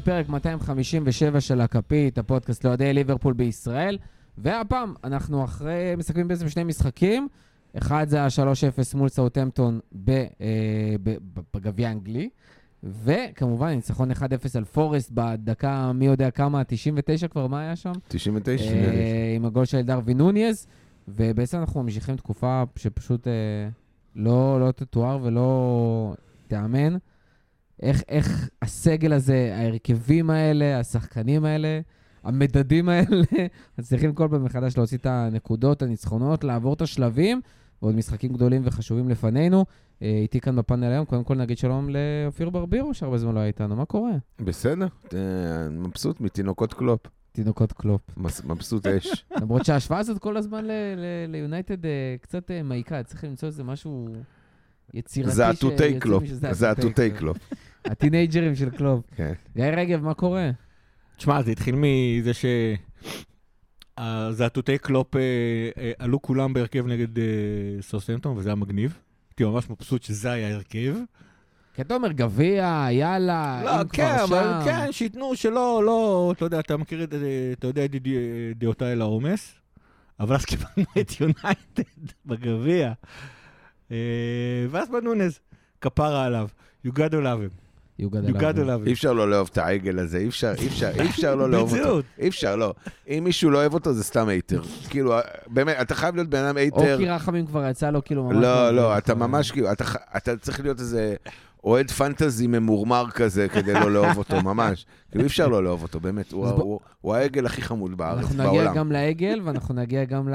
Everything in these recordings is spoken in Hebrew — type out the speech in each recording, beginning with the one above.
פרק 257 של הכפית, הפודקאסט לאוהדי ליברפול בישראל, והפעם אנחנו מסכמים בעצם שני משחקים, אחד זה ה-3-0 מול סאות'המפטון בגביע האנגלי, וכמובן ניצחון 1-0 על פורסט בדקה מי יודע כמה, 99 כבר, מה היה שם? 99. עם הגול של דרווין נוניז, ובעצם אנחנו ממשיכים תקופה שפשוט לא תתואר ולא תאמן. איך הסגל הזה, ההרכבים האלה, השחקנים האלה, המדדים האלה, צריכים כל פעם מחדש להוציא את הנקודות, הניצחונות, לעבור את השלבים, ועוד משחקים גדולים וחשובים לפנינו. איתי כאן בפאנל היום, קודם כל נגיד שלום לאופיר ברבירו, שהרבה זמן לא היה איתנו, מה קורה? בסדר, מבסוט מתינוקות קלופ. תינוקות קלופ. מבסוט אש. למרות שההשוואה הזאת כל הזמן ליונייטד קצת מעיקה, צריך למצוא איזה משהו יצירתי. זה עטותי קלופ. זה עטותי קלופ. הטינג'רים של קלופ. גיא רגב, מה קורה? תשמע, זה התחיל מזה זה עטותי קלופ עלו כולם בהרכב נגד סאות'המפטון, וזה היה מגניב. הייתי ממש מבסוט שזה היה הרכב. כי אתה אומר גביע, יאללה, לא, אם כן, כבר אבל שם. כן, שיתנו שלא, אתה יודע, אתה מכיר את, אתה יודע את דעותיי לעומס, אבל אז קיבלנו את יונייטד בגביע, ואז בנונז, כפרה עליו, you gotta love him. You gotta love אי אפשר לא לאהוב את העגל הזה, אי אפשר לא לאהוב אותו. אי אפשר, לא. אם מישהו לא אוהב אותו, זה סתם אייטר. כאילו, באמת, אתה חייב להיות בן אדם אייטר. אוקי רחמים כבר יצא לו, כאילו ממש... לא, אתה ממש, כאילו, אתה צריך להיות איזה אוהד פנטזי ממורמר כזה, כדי לא לאהוב אותו, ממש. כאילו, אי אפשר לא לאהוב אותו, באמת. הוא העגל הכי חמוד בארץ, בעולם. אנחנו נגיע גם לעגל, ואנחנו נגיע גם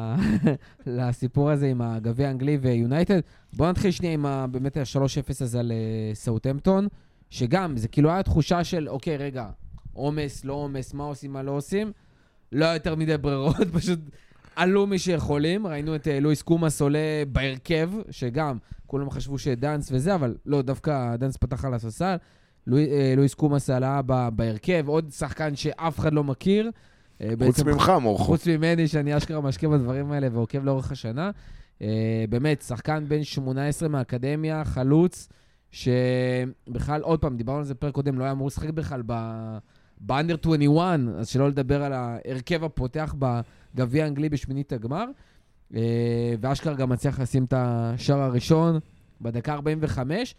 לסיפור הזה עם הגביע האנגלי ויונייטד. בואו נתחיל שנייה עם באמת ה-3-0 הזה על סאות'המפטון. שגם, זה כאילו היה תחושה של, אוקיי, רגע, עומס, לא עומס, מה עושים, מה לא עושים, לא יותר מדי ברירות, פשוט עלו מי שיכולים, ראינו את לואיס קומאס עולה בהרכב, שגם, כולם חשבו שדנס וזה, אבל לא, דווקא דנס פתח על הספסל, לואיס קומאס עלה בהרכב, עוד שחקן שאף אחד לא מכיר. חוץ ממך, מורכו. חוץ ממני, שאני אשכרה משקיע בדברים האלה, ועוקב לאורך השנה. באמת, שחקן בן 18 מהאקדמיה, חלוץ, שבכלל, עוד פעם, דיברנו על זה פרק קודם, לא היה אמור לשחק בכלל באנדר 21, אז שלא לדבר על ההרכב הפותח בגביע האנגלי בשמינית הגמר, ואשכרה גם מצליח לשים את השער הראשון בדקה 45,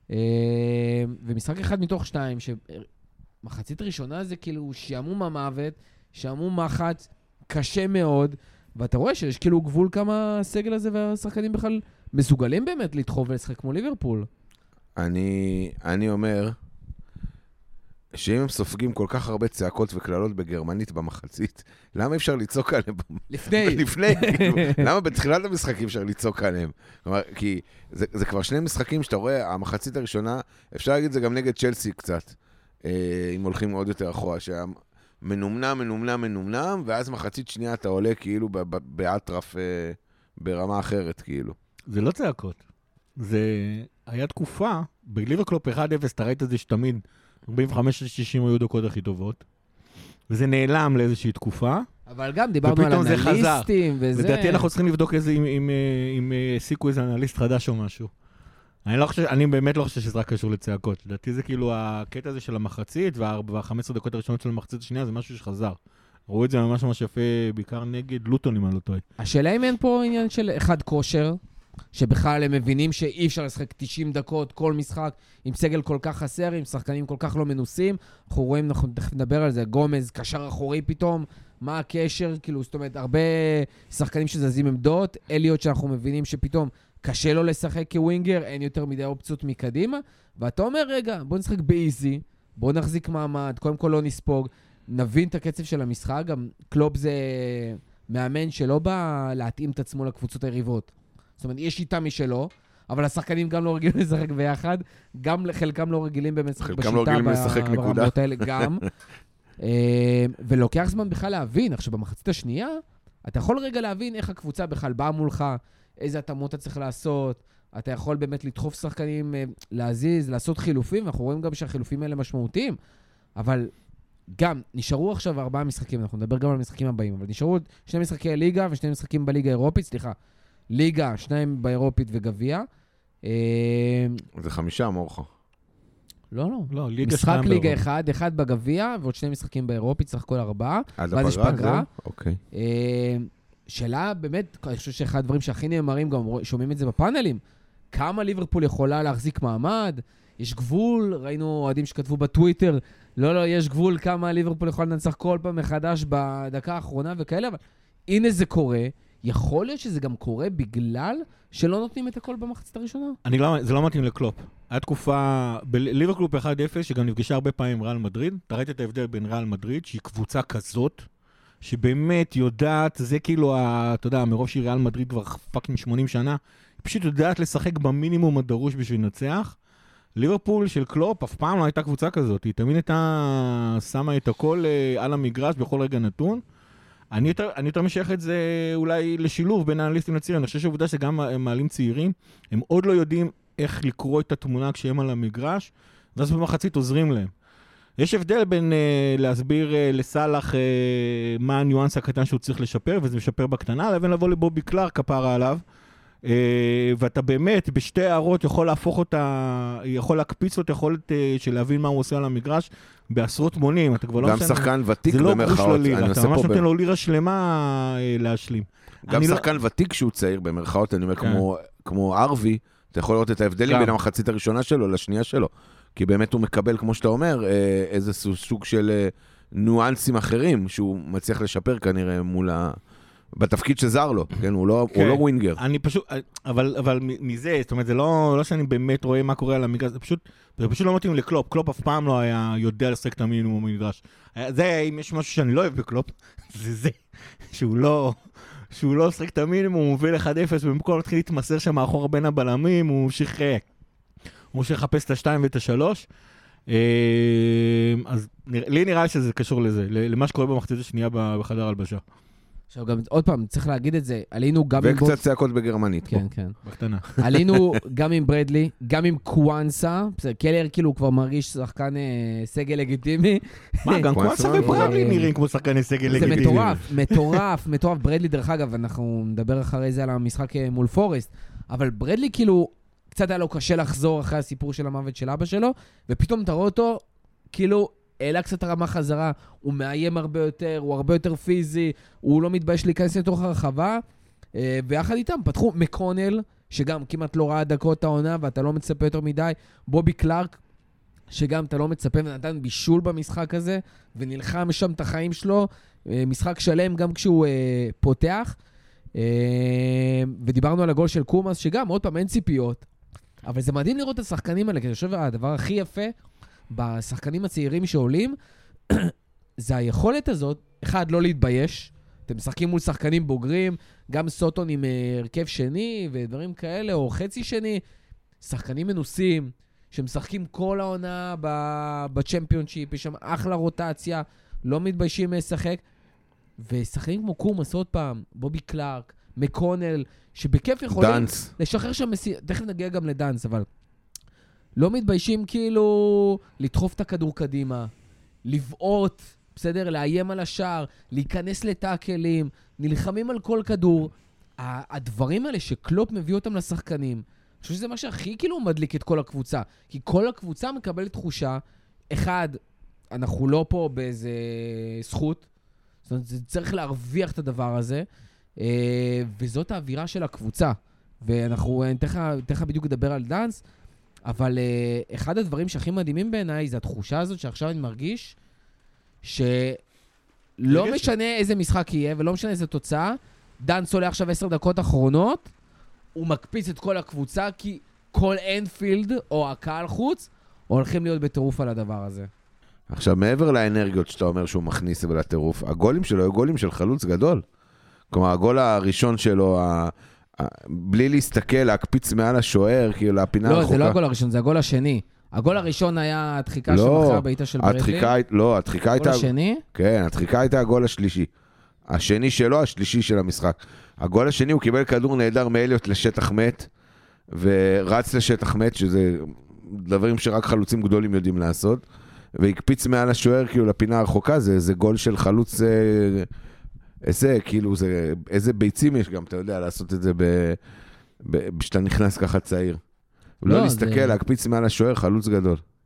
ומשחק אחד מתוך שתיים, שמחצית ראשונה זה כאילו שעמום המוות, שעמום מחץ, קשה מאוד, ואתה רואה שיש כאילו גבול כמה הסגל הזה והשחקנים בכלל מסוגלים באמת לדחוף ולשחק כמו ליברפול. אני אומר שאם הם סופגים כל כך הרבה צעקות וכללות בגרמנית במחצית, למה אפשר לצעוק עליהם? לפני, כאילו, למה בתחילת המשחקים אפשר לצעוק עליהם? כלומר, כי זה כבר שני משחקים שאתה רואה, המחצית הראשונה, אפשר להגיד זה גם נגד צ'לסי קצת, אם הולכים עוד יותר אחורה, מנומנם, ואז מחצית שנייה אתה עולה כאילו באטרף ברמה אחרת, כאילו. זה לא צעקות. זה היה תקופה, בליברקלופ 1-0, אתה ראית את זה שתמיד 45-60 היו דקות הכי טובות, וזה נעלם לאיזושהי תקופה. אבל גם דיברנו על אנליסטים וזה. לדעתי אנחנו צריכים לבדוק אם הסיקו איזה אנליסט חדש או משהו. אני באמת לא חושב שזה רק קשור לצעקות. לדעתי זה כאילו הקטע הזה של המחצית, וה-15 דקות הראשונות של המחצית השנייה, זה משהו שחזר. ראו את זה ממש ממש יפה, בעיקר נגד לוטון, אם אני לא טועה. השאלה אם אין פה עניין של אחד כושר, שבכלל הם מבינים שאי אפשר לשחק 90 דקות כל משחק עם סגל כל כך חסר, עם שחקנים כל כך לא מנוסים. אנחנו רואים, אנחנו תכף נדבר על זה, גומז, קשר אחורי פתאום, מה הקשר, כאילו, זאת אומרת, הרבה שחקנים שזזים עמדות, אליוט שאנחנו מבינים שפתאום קשה לו לשחק כווינגר, אין יותר מדי אופציות מקדימה, ואתה אומר, רגע, בוא נשחק באיזי, בוא נחזיק מעמד, קודם כל לא נספוג, נבין את הקצב של המשחק, גם קלופ זה מאמן שלא בא להתאים את עצמו לקבוצות היריבות. זאת אומרת, יש שיטה משלו, אבל השחקנים גם לא רגילים לשחק ביחד, גם חלקם לא רגילים באמת לשחק בשיטה. חלקם לא רגילים לשחק נקודה. האלה גם. ולוקח זמן בכלל להבין. עכשיו, במחצית השנייה, אתה יכול רגע להבין איך הקבוצה בכלל באה מולך, איזה התאמות אתה צריך לעשות, אתה יכול באמת לדחוף שחקנים, להזיז, לעשות חילופים, ואנחנו רואים גם שהחילופים האלה משמעותיים, אבל גם, נשארו עכשיו 4 משחקים, אנחנו נדבר גם על המשחקים הבאים, אבל נשארו 2 משחקי ליגה ו2 משחקים בליגה האירופית, סליחה, ליגה, 2 באירופית וגביע. זה 5 מורחה. לא. משחק ליגה אחד בגביע, ועוד 2 משחקים באירופי, צריך כל 4. ואז יש פגרה. אוקיי. שאלה, באמת, אני חושב שאחד הדברים שהכי נאמרים, גם שומעים את זה בפאנלים, כמה ליברפול יכולה להחזיק מעמד, יש גבול, ראינו אוהדים שכתבו בטוויטר, לא, יש גבול כמה ליברפול יכולה לנצח כל פעם מחדש בדקה האחרונה וכאלה, אבל הנה זה קורה, יכול להיות שזה גם קורה בגלל שלא נותנים את הכל במחצית הראשונה? זה לא מתאים לקלופ. היה תקופה, בליברפול 1-0, שגם נפגשה הרבה פעמים עם ריאל מדריד, אתה ראית את ההבדל בין ריאל מדריד, שהיא קבוצה כזאת, שבאמת יודעת, זה כאילו, אתה יודע, מרוב שהיא ריאל מדריד כבר פאקינג 80 שנה, היא פשוט יודעת לשחק במינימום הדרוש בשביל לנצח. ליברפול של קלופ אף פעם לא הייתה קבוצה כזאת, היא תמיד הייתה שמה את הכל על המגרש בכל רגע נתון. אני יותר משייך את זה אולי לשילוב בין האנליסטים לצעירים. אני חושב שהעובדה שגם מעלים צעירים, הם עוד לא יודעים איך לקרוא את התמונה כשהם על המגרש, ואז במחצית עוזרים להם. יש הבדל בין להסביר לסלח מה הניואנס הקטן שהוא צריך לשפר, וזה משפר בקטנה, לבין לבוא לבובי קלארק כפרה עליו, ואתה באמת בשתי הערות יכול להפוך אותה, יכול להקפיץ אותה, יכולת של להבין מה הוא עושה על המגרש בעשרות מונים. אתה כבר לא גם שחקן ותיק במרכאות. אתה ממש נותן לו לירה שלמה להשלים. גם שחקן ותיק שהוא צעיר במרכאות, אני אומר כמו ארווי, אתה יכול לראות את ההבדלים בין המחצית הראשונה שלו לשנייה שלו. כי באמת הוא מקבל, כמו שאתה אומר, איזה סוג של ניואנסים אחרים, שהוא מצליח לשפר כנראה מול בתפקיד שזר לו, כן? הוא לא ווינגר. אני פשוט, אבל מזה, זאת אומרת, זה לא שאני באמת רואה מה קורה על המגרש, זה פשוט לא מתאים לקלופ. קלופ אף פעם לא היה יודע לשחק את המינימום במגרש. זה, אם יש משהו שאני לא אוהב בקלופ, זה, שהוא לא לשחק את המינימום, הוא מוביל 1-0, ובמקום להתחיל להתמסר שם מאחור בין הבלמים, הוא ממשיך לחפש את ה-2 ואת ה-3. אז לי נראה שזה קשור לזה, למה שקורה במחצית השנייה בחדר הלבשה. עכשיו גם, עוד פעם, צריך להגיד את זה, עלינו גם עם... וקצת צעקות בגרמנית. כן, כן. בקטנה. עלינו גם עם ברדלי, גם עם קוואנסה, בסדר, קלר כאילו הוא כבר מרגיש שחקן סגל לגיטימי. מה, גם קוואנסה וברדלי נראים כמו שחקן סגל לגיטימי. זה מטורף. ברדלי, דרך אגב, אנחנו נדבר אחרי זה על המשחק מול פורסט, אבל ברדלי כאילו, קצת היה לו קשה לחזור אחרי הסיפור של המוות של אבא שלו, ופתאום תראו אותו, כאילו, העלה קצת הרמה חזרה, הוא מאיים הרבה יותר, הוא הרבה יותר פיזי, הוא לא מתבייש להיכנס לתוך הרחבה, ויחד איתם פתחו מקונל, שגם כמעט לא ראה דקות העונה, ואתה לא מצפה יותר מדי, בובי קלארק, שגם אתה לא מצפה ונתן בישול במשחק הזה, ונלחם שם את החיים שלו, משחק שלם גם כשהוא פותח, ודיברנו על הגול של קומאס, שגם עוד פעם אין ציפיות, אבל זה מדהים לראות את השחקנים האלה, כי אני חושב הדבר הכי יפה, בשחקנים הצעירים שעולים, זה היכולת הזאת, אחד, לא להתבייש, אתם משחקים מול שחקנים בוגרים, גם סוטון עם הרכב שני ודברים כאלה, או חצי שני, שחקנים מנוסים, שמשחקים כל העונה בצ'מפיונשיפ, יש שם אחלה רוטציה, לא מתביישים לשחק, ושחקנים כמו קומאס עוד פעם, בובי קלארק, מקונל, שבכיף יכולים לשחרר שם, תכף נגיע גם לדנס, אבל לא מתביישים כאילו לדחוף את הכדור קדימה, לבעוט, בסדר, לאיים על השער, להיכנס לטאקלים, נלחמים על כל כדור. הדברים האלה שקלופ מביא אותם לשחקנים, אני חושב שזה מה שהכי כאילו מדליק את כל הקבוצה, כי כל הקבוצה מקבלת תחושה, אחד, אנחנו לא פה באיזה זכות, זאת אומרת, צריך להרוויח את הדבר הזה, וזאת האווירה של הקבוצה, ואנחנו תכף בדיוק נדבר על דאנס, אבל אחד הדברים שהכי מדהימים בעיניי, זה התחושה הזאת שעכשיו אני מרגיש, שלא משנה איזה משחק יהיה, ולא משנה איזה תוצאה, דאנס עולה עכשיו 10 דקות אחרונות, הוא מקפיץ את כל הקבוצה, כי כל אנפילד או הקהל חוץ, הולכים להיות בטירוף על הדבר הזה. עכשיו, מעבר לאנרגיות שאתה אומר שהוא מכניס לטירוף, הגולים שלו היו גולים של חלוץ גדול. כלומר, הגול הראשון שלו, בלי להסתכל, להקפיץ מעל השוער, כאילו להפינה הרחוקה. לא, זה לא הגול הראשון, זה הגול השני. הגול הראשון היה הדחיקה שמחרה בעיטה של ברדלי. לא, הדחיקה הייתה... הגול השני? כן, הדחיקה הייתה הגול השלישי. השני שלו, השלישי של המשחק. הגול השני, הוא קיבל כדור נהדר מאליוט לשטח מת, ורץ לשטח מת, שזה דברים שרק חלוצים גדולים יודעים לעשות, והקפיץ מעל השוער, כאילו לפינה הרחוקה, זה גול של חלוץ... איזה ביצים יש גם, אתה יודע, לעשות את זה שאתה נכנס ככה צעיר. לא להסתכל, להקפיץ מעל השוער, חלוץ גדול.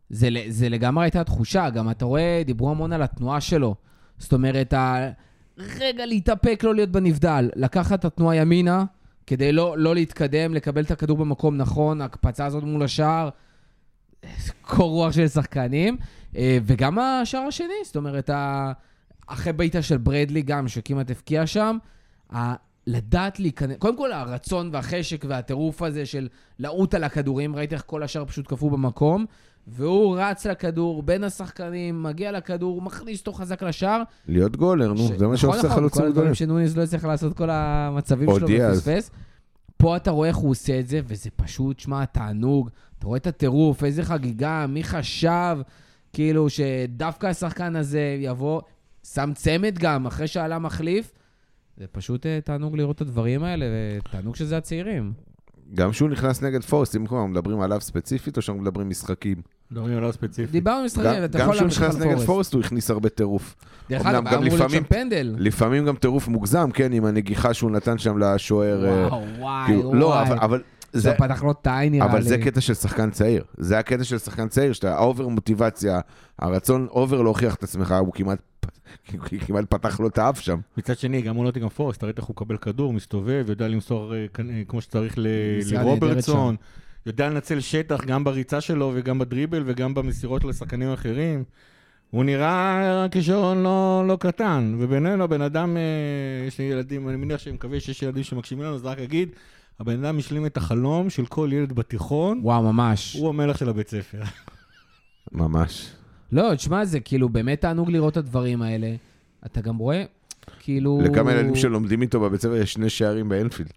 זה לגמרי הייתה תחושה, גם אתה רואה, דיברו המון על התנועה שלו. זאת אומרת, רגע להתאפק, לא להיות בנבדל, לקחת את התנועה ימינה, כדי לא להתקדם, לקבל את הכדור במקום נכון, הקפצה הזאת מול השער, קור רוח של שחקנים, וגם השער השני, זאת אומרת, אחרי ביתה של ברדלי גם, שכמעט הפקיע שם, לדעת להיכנס, קודם כל הרצון והחשק והטירוף הזה של לעוט על הכדורים, ראיתי איך כל השאר פשוט קפוא במקום, והוא רץ לכדור בין השחקנים, מגיע לכדור, מכניס אותו חזק לשער. להיות גולר, נו, זה מה שעושה חלוצים גדולים. כל הדברים שנוניס לא צריך לעשות כל המצבים שלו ופספס. פה אתה רואה איך הוא עושה את זה, וזה פשוט, שמה, תענוג. אתה רואה את הטירוף, איזה חגיגה, מי חשב, כאילו שדווקא השחקן הזה יבוא, שם צמד גם, אחרי שעלה מחליף, זה פשוט תענוג לראות את הדברים האלה, ותענוג שזה הצעירים. גם שהוא נכנס נגד פורסט, אם אנחנו מדברים עליו ספציפית, או שאנחנו מדברים משחקים? מדברים עליו ספציפית. דיברנו משחקים, אתה גם יכול שהוא להמשיך על נכנס נגד פורסט, הוא הכניס הרבה טירוף. דרך אגב, גם אמרו לי פנדל. לפעמים גם טירוף מוגזם, כן, עם הנגיחה שהוא נתן שם לשוער. וואי. לא, אבל... זה פתח לו תאי נראה לי. אבל זה קטע של שחקן צעיר. זה הקטע של שחקן צעיר, שאתה האובר מוטיבציה, הרצון אובר להוכיח את עצמך, הוא כמעט פתח לו את האף שם. מצד שני, גם מול גם פורסט, ראית איך הוא קבל כדור, מסתובב, יודע למסור כמו שצריך לרוברטסון, יודע לנצל שטח גם בריצה שלו וגם בדריבל וגם במסירות לשחקנים אחרים. הוא נראה כישרון לא קטן, ובינינו, בן אדם, יש לי ילדים, אני מניח שאני מקווה שיש ילדים שמקשיבים לנו, אז רק אגיד, הבן אדם משלים את החלום של כל ילד בתיכון. וואו, ממש. הוא המלך של הבית ספר. ממש. לא, תשמע, זה כאילו באמת תענוג לראות את הדברים האלה. אתה גם רואה, כאילו... לכמה ילדים שלומדים איתו בבית ספר יש 2 שערים באנפילד.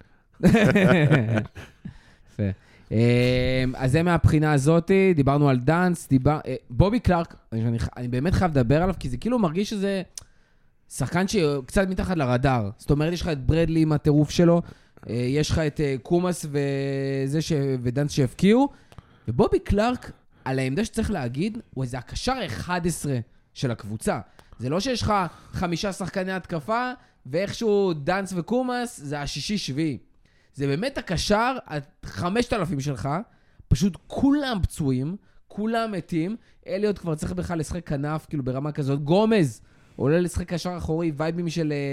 יפה. אז זה מהבחינה הזאת, דיברנו על דאנס, בובי קלארק, אני באמת חייב לדבר עליו, כי זה כאילו מרגיש שזה שחקן שקצת מתחת לרדאר. זאת אומרת, יש לך את ברדלי עם הטירוף שלו, יש לך את קומאס ודאנס שהפקיעו, ובובי קלארק, על העמדה שצריך להגיד, הוא איזה הקשר 11 של הקבוצה. זה לא שיש לך 5 שחקני התקפה, ואיכשהו דאנס וקומאס, זה השישי-שביעי. זה באמת הקשר, 5,000 שלך, פשוט כולם פצועים, כולם מתים, אליוט כבר צריך בכלל לשחק כנף, כאילו ברמה כזאת, גומז עולה לשחק קשר אחורי, וייבים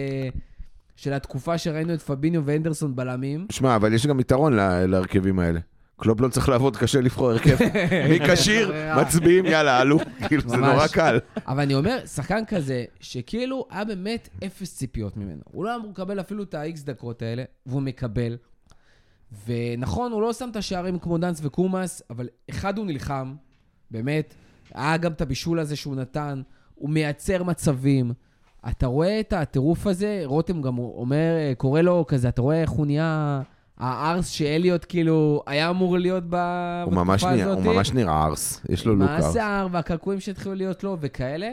של התקופה שראינו את פביניו ואנדרסון בלמים. שמע, אבל יש גם יתרון להרכבים האלה. קלופ לא צריך לעבוד קשה לבחור הרכב. מי קשיר, מצביעים, יאללה, עלו. כאילו, זה נורא קל. אבל אני אומר, שחקן כזה, שכאילו היה באמת 0 ציפיות ממנו. הוא לא אמור לקבל אפילו את ה-X דקות האלה, והוא מקבל. ונכון, הוא לא שם את השערים כמו דאנס וקומאס, אבל אחד הוא נלחם, באמת. היה גם את הבישול הזה שהוא נתן, הוא מייצר מצבים. אתה רואה את הטירוף הזה, רותם גם אומר, קורא לו כזה, אתה רואה איך הוא נהיה... הארס שאליוט כאילו היה אמור להיות בתקופה הזאת. הוא ממש נראה ארס, יש לו לוק ארס. מה השיער והקרקועים שהתחילו להיות לו וכאלה.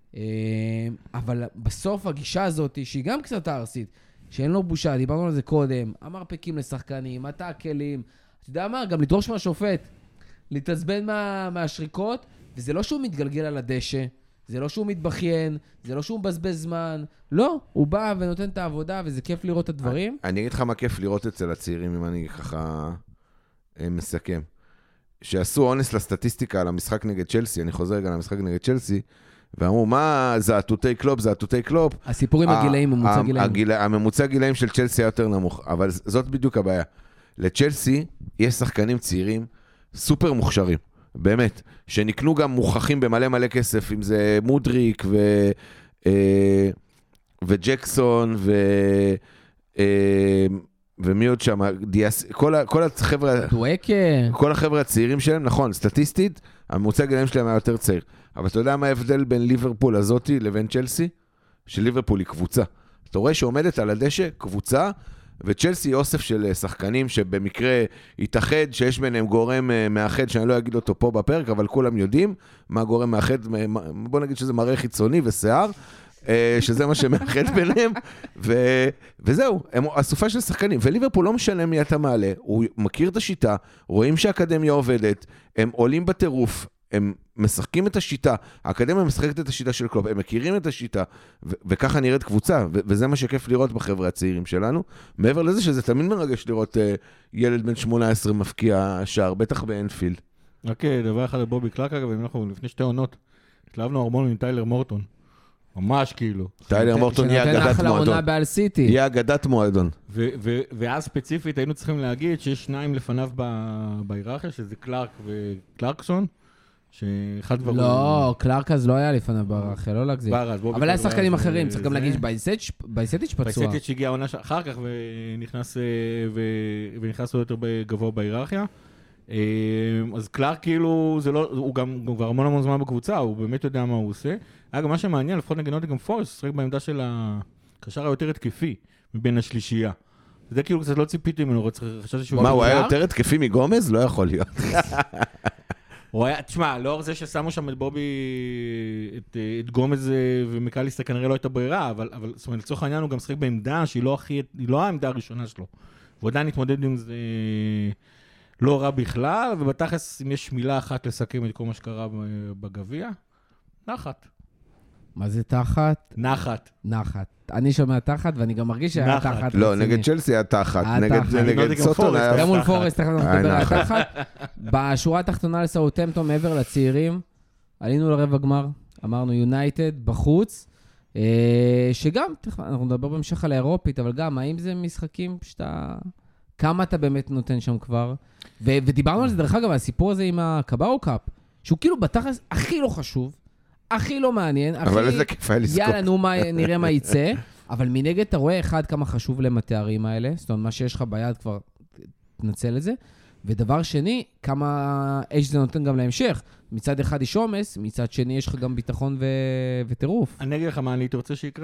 אבל בסוף הגישה הזאת, שהיא גם קצת ארסית, שאין לו בושה, דיברנו על זה קודם, המרפקים לשחקנים, הטאקלים, אתה יודע מה, גם לדרוש מהשופט, להתעצבן מהשריקות, וזה לא שהוא מתגלגל על הדשא, זה לא שהוא מתבכיין, זה לא שהוא מבזבז זמן, לא, הוא בא ונותן את העבודה, וזה כיף לראות את הדברים. אני אגיד לך מה כיף לראות אצל הצעירים, אם אני ככה מסכם. שעשו אונס לסטטיסטיקה על המשחק נגד צ'לסי, אני חוזר רגע למשחק נגד צ'לסי, ואמרו, מה, זה עטוטי קלופ, זה עטוטי קלופ. הסיפור עם הגילאים, ממוצע גילאים. הממוצע גילאים של צ'לסי היה יותר נמוך, אבל זאת בדיוק הבעיה. לצ'לסי יש שחקנים צעירים סופר מוכשרים. באמת, שנקנו גם מוכחים במלא מלא כסף, אם זה מודריק וג'קסון ומי עוד שם, כל החבר'ה הצעירים שלהם, נכון, סטטיסטית, הממוצע גילאים שלהם היה יותר צעיר. אבל אתה יודע מה ההבדל בין ליברפול הזאתי לבין צ'לסי? שליברפול היא קבוצה. אתה רואה שעומדת על הדשא, קבוצה, וצ'לסי היא אוסף של שחקנים שבמקרה יתאחד, שיש ביניהם גורם מאחד, שאני לא אגיד אותו פה בפרק, אבל כולם יודעים מה גורם מאחד, בוא נגיד שזה מראה חיצוני ושיער, שזה מה שמאחד ביניהם, וזהו, הם אסופה של שחקנים, וליברפול לא משנה מי אתה מעלה, הוא מכיר את השיטה, רואים שהאקדמיה עובדת, הם עולים בטירוף, הם משחקים את השיטה, האקדמיה משחקת את השיטה של קלופ, הם מכירים את השיטה, וככה נראית קבוצה, וזה מה שכיף לראות בחבר'ה הצעירים שלנו, מעבר לזה שזה תמיד מרגש לראות ילד בן 18 מפקיע שער, בטח באנפילד. רק דבר אחד על בובי קלארק, אגב, אנחנו לפני 2 עונות, התלהבנו הרמון עם טיילר מורטון. ממש כאילו. טיילר מורטון יהיה אגדת שנותן אחלה עונה מועדון. בעל סיטי. יהיה אגדת מועדון. ואז ספציפית היינו צריכים להגיד שיש 2 לפניו בהיררכיה, שזה קלארק וקלארקסון, שאחד כבר... לא, קלארק אז לא היה לפניו בהיררכיה, לא להגזים. אבל היה שחקנים אחרים, צריך גם להגיד שבייסטיץ' פצוע. בייסטיץ' הגיע העונה אחר כך ונכנס לו יותר גבוה בהיררכיה. אז קלארק כאילו, הוא גם כבר המון זמן בקבוצה, הוא באמת יודע מה הוא עושה. אגב, מה שמעניין, לפחות נגד נוטינגהאם פורסט, שחק בעמדה של הקשר היותר התקפי מבין השלישייה. זה כאילו קצת לא ציפיתי ממנו, חשבתי שהוא... מה, הוא היה יותר התקפי מגומז? לא יכול להיות. הוא היה, תשמע, לאור זה ששמו שם את בובי, את גומז ומקליסטר כנראה לא הייתה ברירה, אבל זאת אומרת, לצורך העניין הוא גם שחק בעמדה שהיא לא העמדה הראשונה שלו. הוא עדיין התמודד עם זה לא רע בכלל, ובתכלס, אם יש מילה אחת לסכם את כל מה שקרה בגביע, נחת. מה זה תחת? נחת. אני שומע תחת, ואני גם מרגיש שהיה תחת. לא, נגד צ'לסי היה תחת. נגד סוטון היה... גם מול פורסט, תכף אנחנו נדבר על תחת. בשורה התחתונה לסאות'המפטון, מעבר לצעירים, עלינו לרבע גמר, אמרנו יונייטד בחוץ, שגם, אנחנו נדבר בהמשך על האירופית, אבל גם, האם זה משחקים שאתה... כמה אתה באמת נותן שם כבר? ודיברנו על זה, דרך אגב, הסיפור הזה עם הקבאו קאפ, שהוא כאילו בתכלס הכי לא חשוב, הכי לא מעניין, אבל איזה כיף היה לזכות. יאללה, נו, נראה מה יצא. אבל מנגד אתה רואה אחד כמה חשוב להם התארים האלה, זאת אומרת, מה שיש לך ביד כבר, תנצל את זה. ודבר שני, כמה אש זה נותן גם להמשך. מצד אחד יש עומס, מצד שני יש לך גם ביטחון וטירוף. אני אגיד לך מה אני הייתי רוצה שיקרה.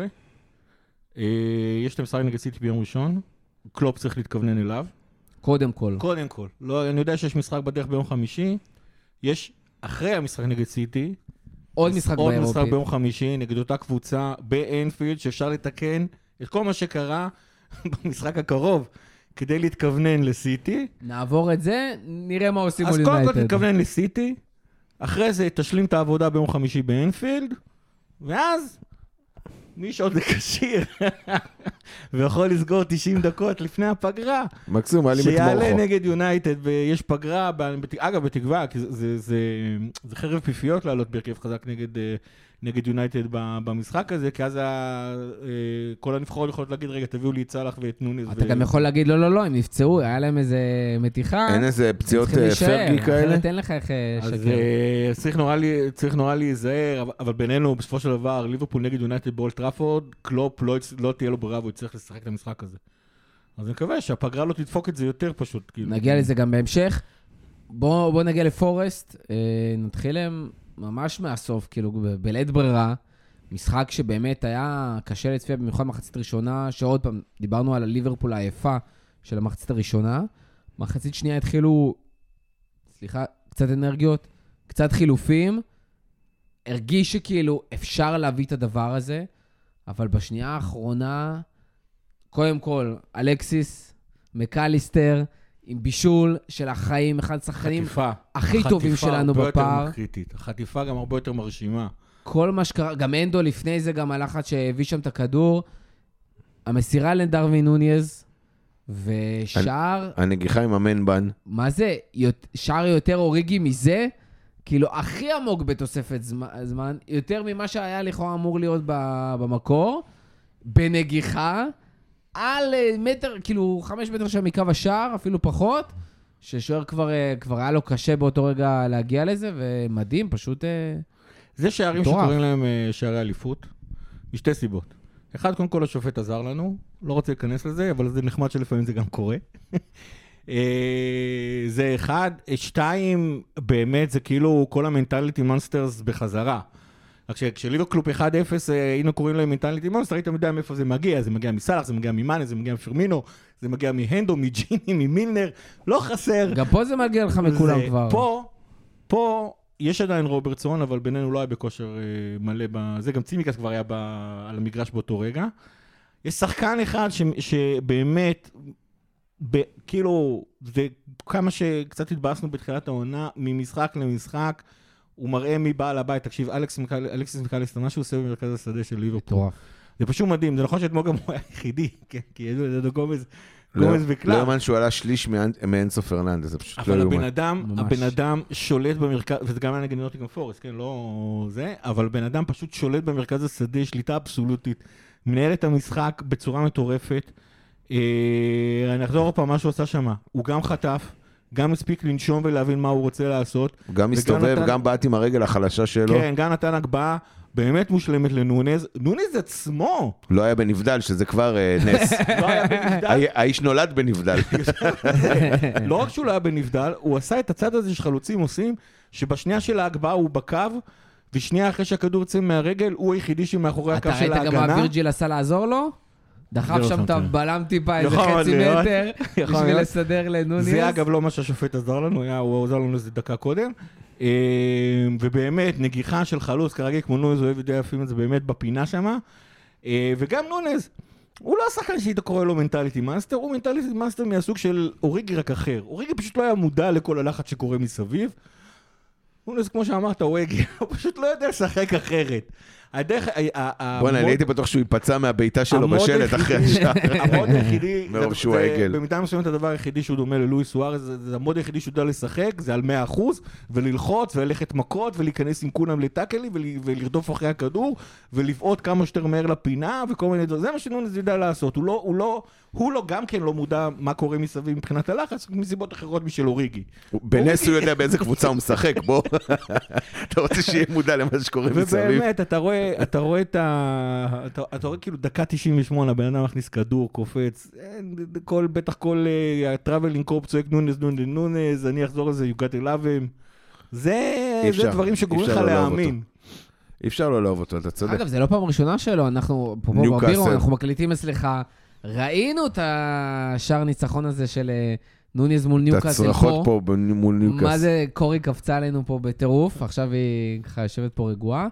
יש להם משחק נגד סיטי ביום ראשון, קלופ צריך להתכוונן אליו. קודם כל. לא, אני יודע שיש משחק בדרך ביום חמישי, יש אחרי המשחק נגד סיטי, עוד משחק ביום חמישי, נגד אותה קבוצה באנפילד, שאפשר לתקן את כל מה שקרה במשחק הקרוב, כדי להתכוונן לסיטי. נעבור את זה, נראה מה עושים מול יונייטד. אז יונייטד. קודם כל תתכוונן לסיטי, אחרי זה תשלים את העבודה ביום חמישי באנפילד, ואז מי שעוד לקשיר, ויכול לסגור 90 דקות לפני הפגרה, מקסימום, מעלים את מורכו. שיעלה נגד יונייטד, ויש פגרה, אגב, בתקווה, כי זה חרב פיפיות לעלות בהרכב חזק נגד יונייטד במשחק הזה, כי אז כל הנבחרות יכולות להגיד, רגע, תביאו לי את סלאח ואת נונז. אתה גם יכול להגיד, לא, הם נפצעו, היה להם איזה מתיחה. אין איזה פציעות פרגי כאלה? אחרת אין לך איך אז שקר. צריך נורא להיזהר, אבל בינינו, בסופו של דבר, ליברפול נגד יונייטד באולד טראפורד, קלופ לא תהיה לו ברירה, והוא יצטרך לשחק את המשחק הזה. אז אני מקווה שהפגרה לא תדפוק את זה יותר פשוט. נגיע לזה גם בהמשך. בוא נגיע לפורסט, נתחיל להם ממש מהסוף, כאילו בלית ברירה, משחק שבאמת היה קשה לצפייה, במיוחד מחצית ראשונה, שעוד פעם דיברנו על הליברפול היפה של המחצית הראשונה, מחצית שנייה התחילו, קצת אנרגיות, קצת חילופים, הרגיש שכאילו אפשר להביא את הדבר הזה, אבל בשנייה האחרונה, קודם כל, אלקסיס, מקליסטר, עם בישול של החיים, אחד השחקנים הכי טובים שלנו בפער. החטיפה גם הרבה יותר מרשימה. כל מה שקרה, גם אנדו לפני זה, גם הלחץ שהביא שם את הכדור, המסירה לדרווין נוניז, ושער... הנגיחה עם המנבן. מה זה? שער יותר אוריגי מזה? כאילו, הכי עמוק בתוספת זמן, יותר ממה שהיה לכאורה אמור להיות במקור, בנגיחה, על מטר, כאילו 5 מטר שם מקו השער, אפילו פחות, ששוער כבר היה לו קשה באותו רגע להגיע לזה, ומדהים, פשוט... זה שערים שקוראים להם שערי אליפות, משתי סיבות. אחד, קודם כל השופט עזר לנו, לא רוצה להיכנס לזה, אבל זה נחמד שלפעמים זה גם קורה. זה אחד. 2, באמת זה כאילו כל המנטליטי מונסטרס בחזרה. כשליברפול 1-0 היינו קוראים להם מנטליטי מונסטר, הייתם יודעים מאיפה זה מגיע. זה מגיע מסלאח, זה מגיע ממאנה, זה מגיע מפרמינו, זה מגיע מהנדו, מג'יני, ממילנר, לא חסר. גם פה זה מגיע לך מכולם כבר. פה יש עדיין רוברטסון, אבל בינינו לא היה בכושר מלא. זה גם צימקס כבר היה על המגרש באותו רגע. יש שחקן אחד שבאמת, כאילו, זה כמה שקצת התבאסנו בתחילת העונה, ממשחק למשחק, הוא מראה מי בא לבית. תקשיב, אלכסיס מקליסטר, מה שהוא עושה במרכז השדה של ליברפול. זה פשוט מדהים. זה נכון שאתמול גם הוא היה היחידי, כי אנדו גומז גומז וקלאב. לא יאמן שהוא עלה שליש מאנסו פרננדס, זה פשוט לא יאמן. אבל הבן אדם שולט במרכז, וזה גם היה נגד נוטינגהאם פורסט, כן, לא זה, אבל בן אדם פשוט שולט במרכז השדה, שליטה אבסולוטית, מנהל את המשחק בצורה מטורפת. אני אחזור פעם מה שהוא עשה שם, הוא גם חטף, גם הספיק לנשום ולהבין מה הוא רוצה לעשות. גם מסתובב, גם באת עם הרגל החלשה שלו. כן, גם נתן הגבהה באמת מושלמת לנונז. נונז עצמו. לא היה בנבדל, שזה כבר נס. לא היה בנבדל. האיש נולד בנבדל. לא רק שהוא לא היה בנבדל, הוא עשה את הצד הזה שחלוצים עושים, שבשנייה של ההגבהה הוא בקו, ושנייה אחרי שהכדור יוצא מהרגל, הוא היחידי שמאחורי הקו של ההגנה. אתה ראית גם מה וירג'יל עשה לעזור לו? דחף שם את הבלם טיפה איזה חצי מטר, בשביל לסדר לנוניס. זה אגב לא מה שהשופט עזר לנו, הוא עזר לנו איזה דקה קודם. ובאמת, נגיחה של חלוץ, כרגע כמו נונז, אוהב יודע יפים את זה באמת בפינה שם. וגם נונז, הוא לא השחקן שהיית קורא לו מנטליטי מאסטר, הוא מנטליטי מאסטר מהסוג של אוריגי רק אחר. אוריגי פשוט לא היה מודע לכל הלחץ שקורה מסביב. נונז, כמו שאמרת, הוא פשוט לא יודע לשחק אחרת. בוא'נה, אני הייתי בטוח שהוא ייפצע מהביתה שלו בשלט אחרי השאר. המוד היחידי, מרוב שהוא העגל. במידה מסוימת הדבר היחידי שהוא דומה ללואיס סוארז, זה המוד היחידי שהוא יודע לשחק, זה על 100%, וללחוץ וללכת מכות, ולהיכנס עם כולם לטאקלים, ולרדוף אחרי הכדור, ולבעוט כמה שיותר מהר לפינה, וכל מיני דברים. זה מה שנונז יודע לעשות. הוא לא גם כן לא מודע מה קורה מסביב מבחינת הלחץ, מסיבות אחרות משל אוריגי. בנס הוא יודע באיזה קבוצה הוא משחק, בוא. אתה רוצה שיהיה מודע למה שקורה מסביב. ובאמת, אתה רואה כאילו דקה 98, הבן אדם מכניס כדור, קופץ, בטח כל הטראבלינג קורפ צועק נונז, אני אחזור לזה, you got to love him. זה דברים שגורמים לך להאמין. אי אפשר לא לאהוב אותו, אתה צודק. אגב, זה לא פעם ראשונה שלו, אנחנו פה בבירו, אנחנו מקליטים אצלך, ראינו את השער ניצחון הזה של נוניז מול ניוקאסל פה. את הצרחות פה מול ניוקאסל. מה זה, קורי קפצה עלינו פה בטירוף, עכשיו היא ככה יושבת פה רגועה.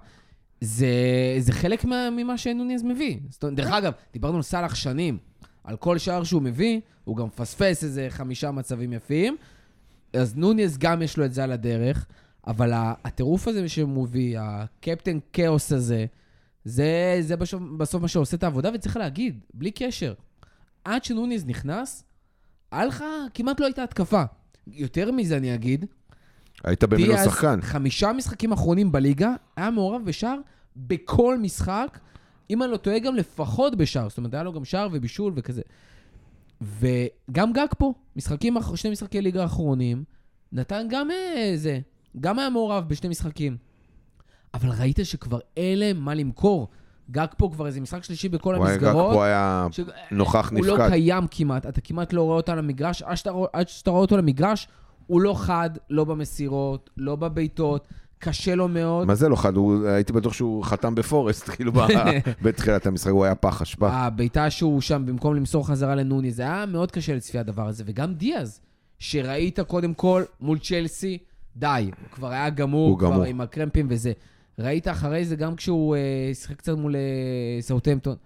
זה חלק ממה שנוניז מביא. דרך אגב, דיברנו על סלאח שנים, על כל שער שהוא מביא, הוא גם פספס איזה 5 מצבים יפים, אז נוניז גם יש לו את זה על הדרך, אבל הטירוף הזה שהוא מביא, הקפטן כאוס הזה, זה בסוף מה שעושה את העבודה, וצריך להגיד, בלי קשר, עד שנוניז נכנס, כמעט לא הייתה התקפה. יותר מזה אני אגיד, היית במילו שחקן. 5 משחקים אחרונים בליגה, היה מעורב בשער בכל משחק, אם אני לא טועה גם לפחות בשער, זאת אומרת, היה לו גם שער ובישול וכזה. וגם גג פה, 2 משחקי ליגה האחרונים, נתן גם גם היה מעורב ב2 משחקים. אבל ראית שכבר אלה מה למכור. גג פה כבר איזה משחק שלישי בכל המסגרות. גג פה היה נוכח נפקד. הוא לא קיים כמעט, אתה כמעט לא רואה אותו על המגרש, עד שאתה רואה אותו על המגרש, הוא לא חד, לא במסירות, לא בביתות, קשה לו מאוד. מה זה לא חד? הייתי בטוח שהוא חתם בפורסט, כאילו בתחילת המשחק, הוא היה פח אשפה. הביתה שהוא שם, במקום למסור חזרה לנוני, זה היה מאוד קשה לצפי הדבר הזה, וגם דיאז, שראית קודם כל מול צ'לסי, די, הוא כבר היה גמור, כבר עם הקרמפים וזה. ראית אחרי זה גם כשהוא שיחק קצת מול סאות'המפטון.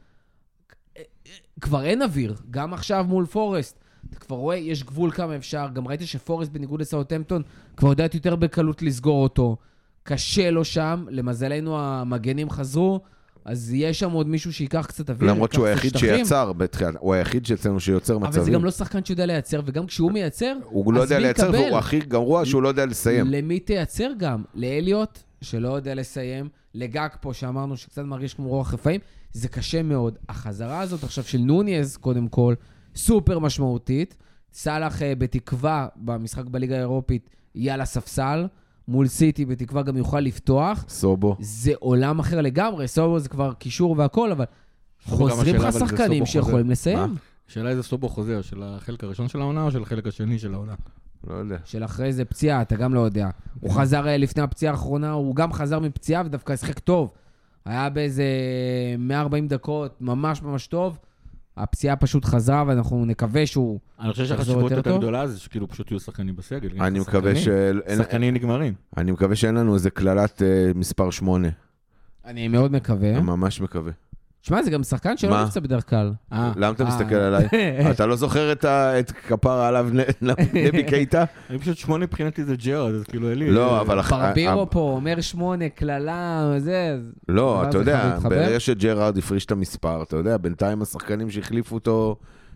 כבר אין אוויר, גם עכשיו מול פורסט. אתה כבר רואה, יש גבול כמה אפשר, גם ראית שפורסט בניגוד לסאות'המפטון, כבר יודעת יותר בקלות לסגור אותו. קשה לו שם, למזלנו המגנים חזרו, אז יש שם עוד מישהו שיקח קצת אוויר. למרות שהוא היחיד שיצר בתחילת, הוא היחיד שאצלנו שיוצר מצבים. אבל זה גם לא שחקן שיודע לייצר, וגם כשהוא מייצר, הוא לא יודע לייצר, והוא הכי גרוע שהוא לא יודע לסיים. למי תייצר גם? לאליוט, שלא יודע לסיים, לגג פה שאמרנו שקצת מרגיש כמו רוח רפאים, זה קשה מאוד. החזרה הזאת עכשיו של נוניז, קודם כל, סופר משמעותית. סלאח בתקווה במשחק בליגה האירופית יהיה על הספסל, מול סיטי בתקווה גם יוכל לפתוח. סובו. זה עולם אחר לגמרי, סובו זה כבר קישור והכל, אבל חוזרים לך שחקנים שיכולים לסיים. שאלה איזה סובו חוזר, של החלק הראשון של העונה או של החלק השני של העונה? לא יודע. של אחרי זה פציעה, אתה גם לא יודע. הוא חזר לפני הפציעה האחרונה, הוא גם חזר מפציעה ודווקא שחק טוב. היה באיזה 140 דקות, ממש ממש טוב. הפציעה פשוט חזרה, ואנחנו נקווה שהוא אני חושב שהחשיבות יותר גדולה זה שכאילו פשוט יהיו שחקנים בסגל. אני מקווה שחקנים נגמרים. אני מקווה שאין לנו איזה כללת מספר 8. אני מאוד מקווה. אני ממש מקווה. תשמע, זה גם שחקן שלא נפצע בדרך כלל. למה אתה מסתכל עליי? אתה לא זוכר את כפרה עליו נבי קייטה? אני פשוט 8 מבחינתי זה ג'רד, אז כאילו אלי. לא, אבל ברבירו פה אומר 8, כללה, זה. לא, אתה יודע, ברגע שג'רארד הפריש את המספר, אתה יודע, בינתיים השחקנים שהחליפו אותו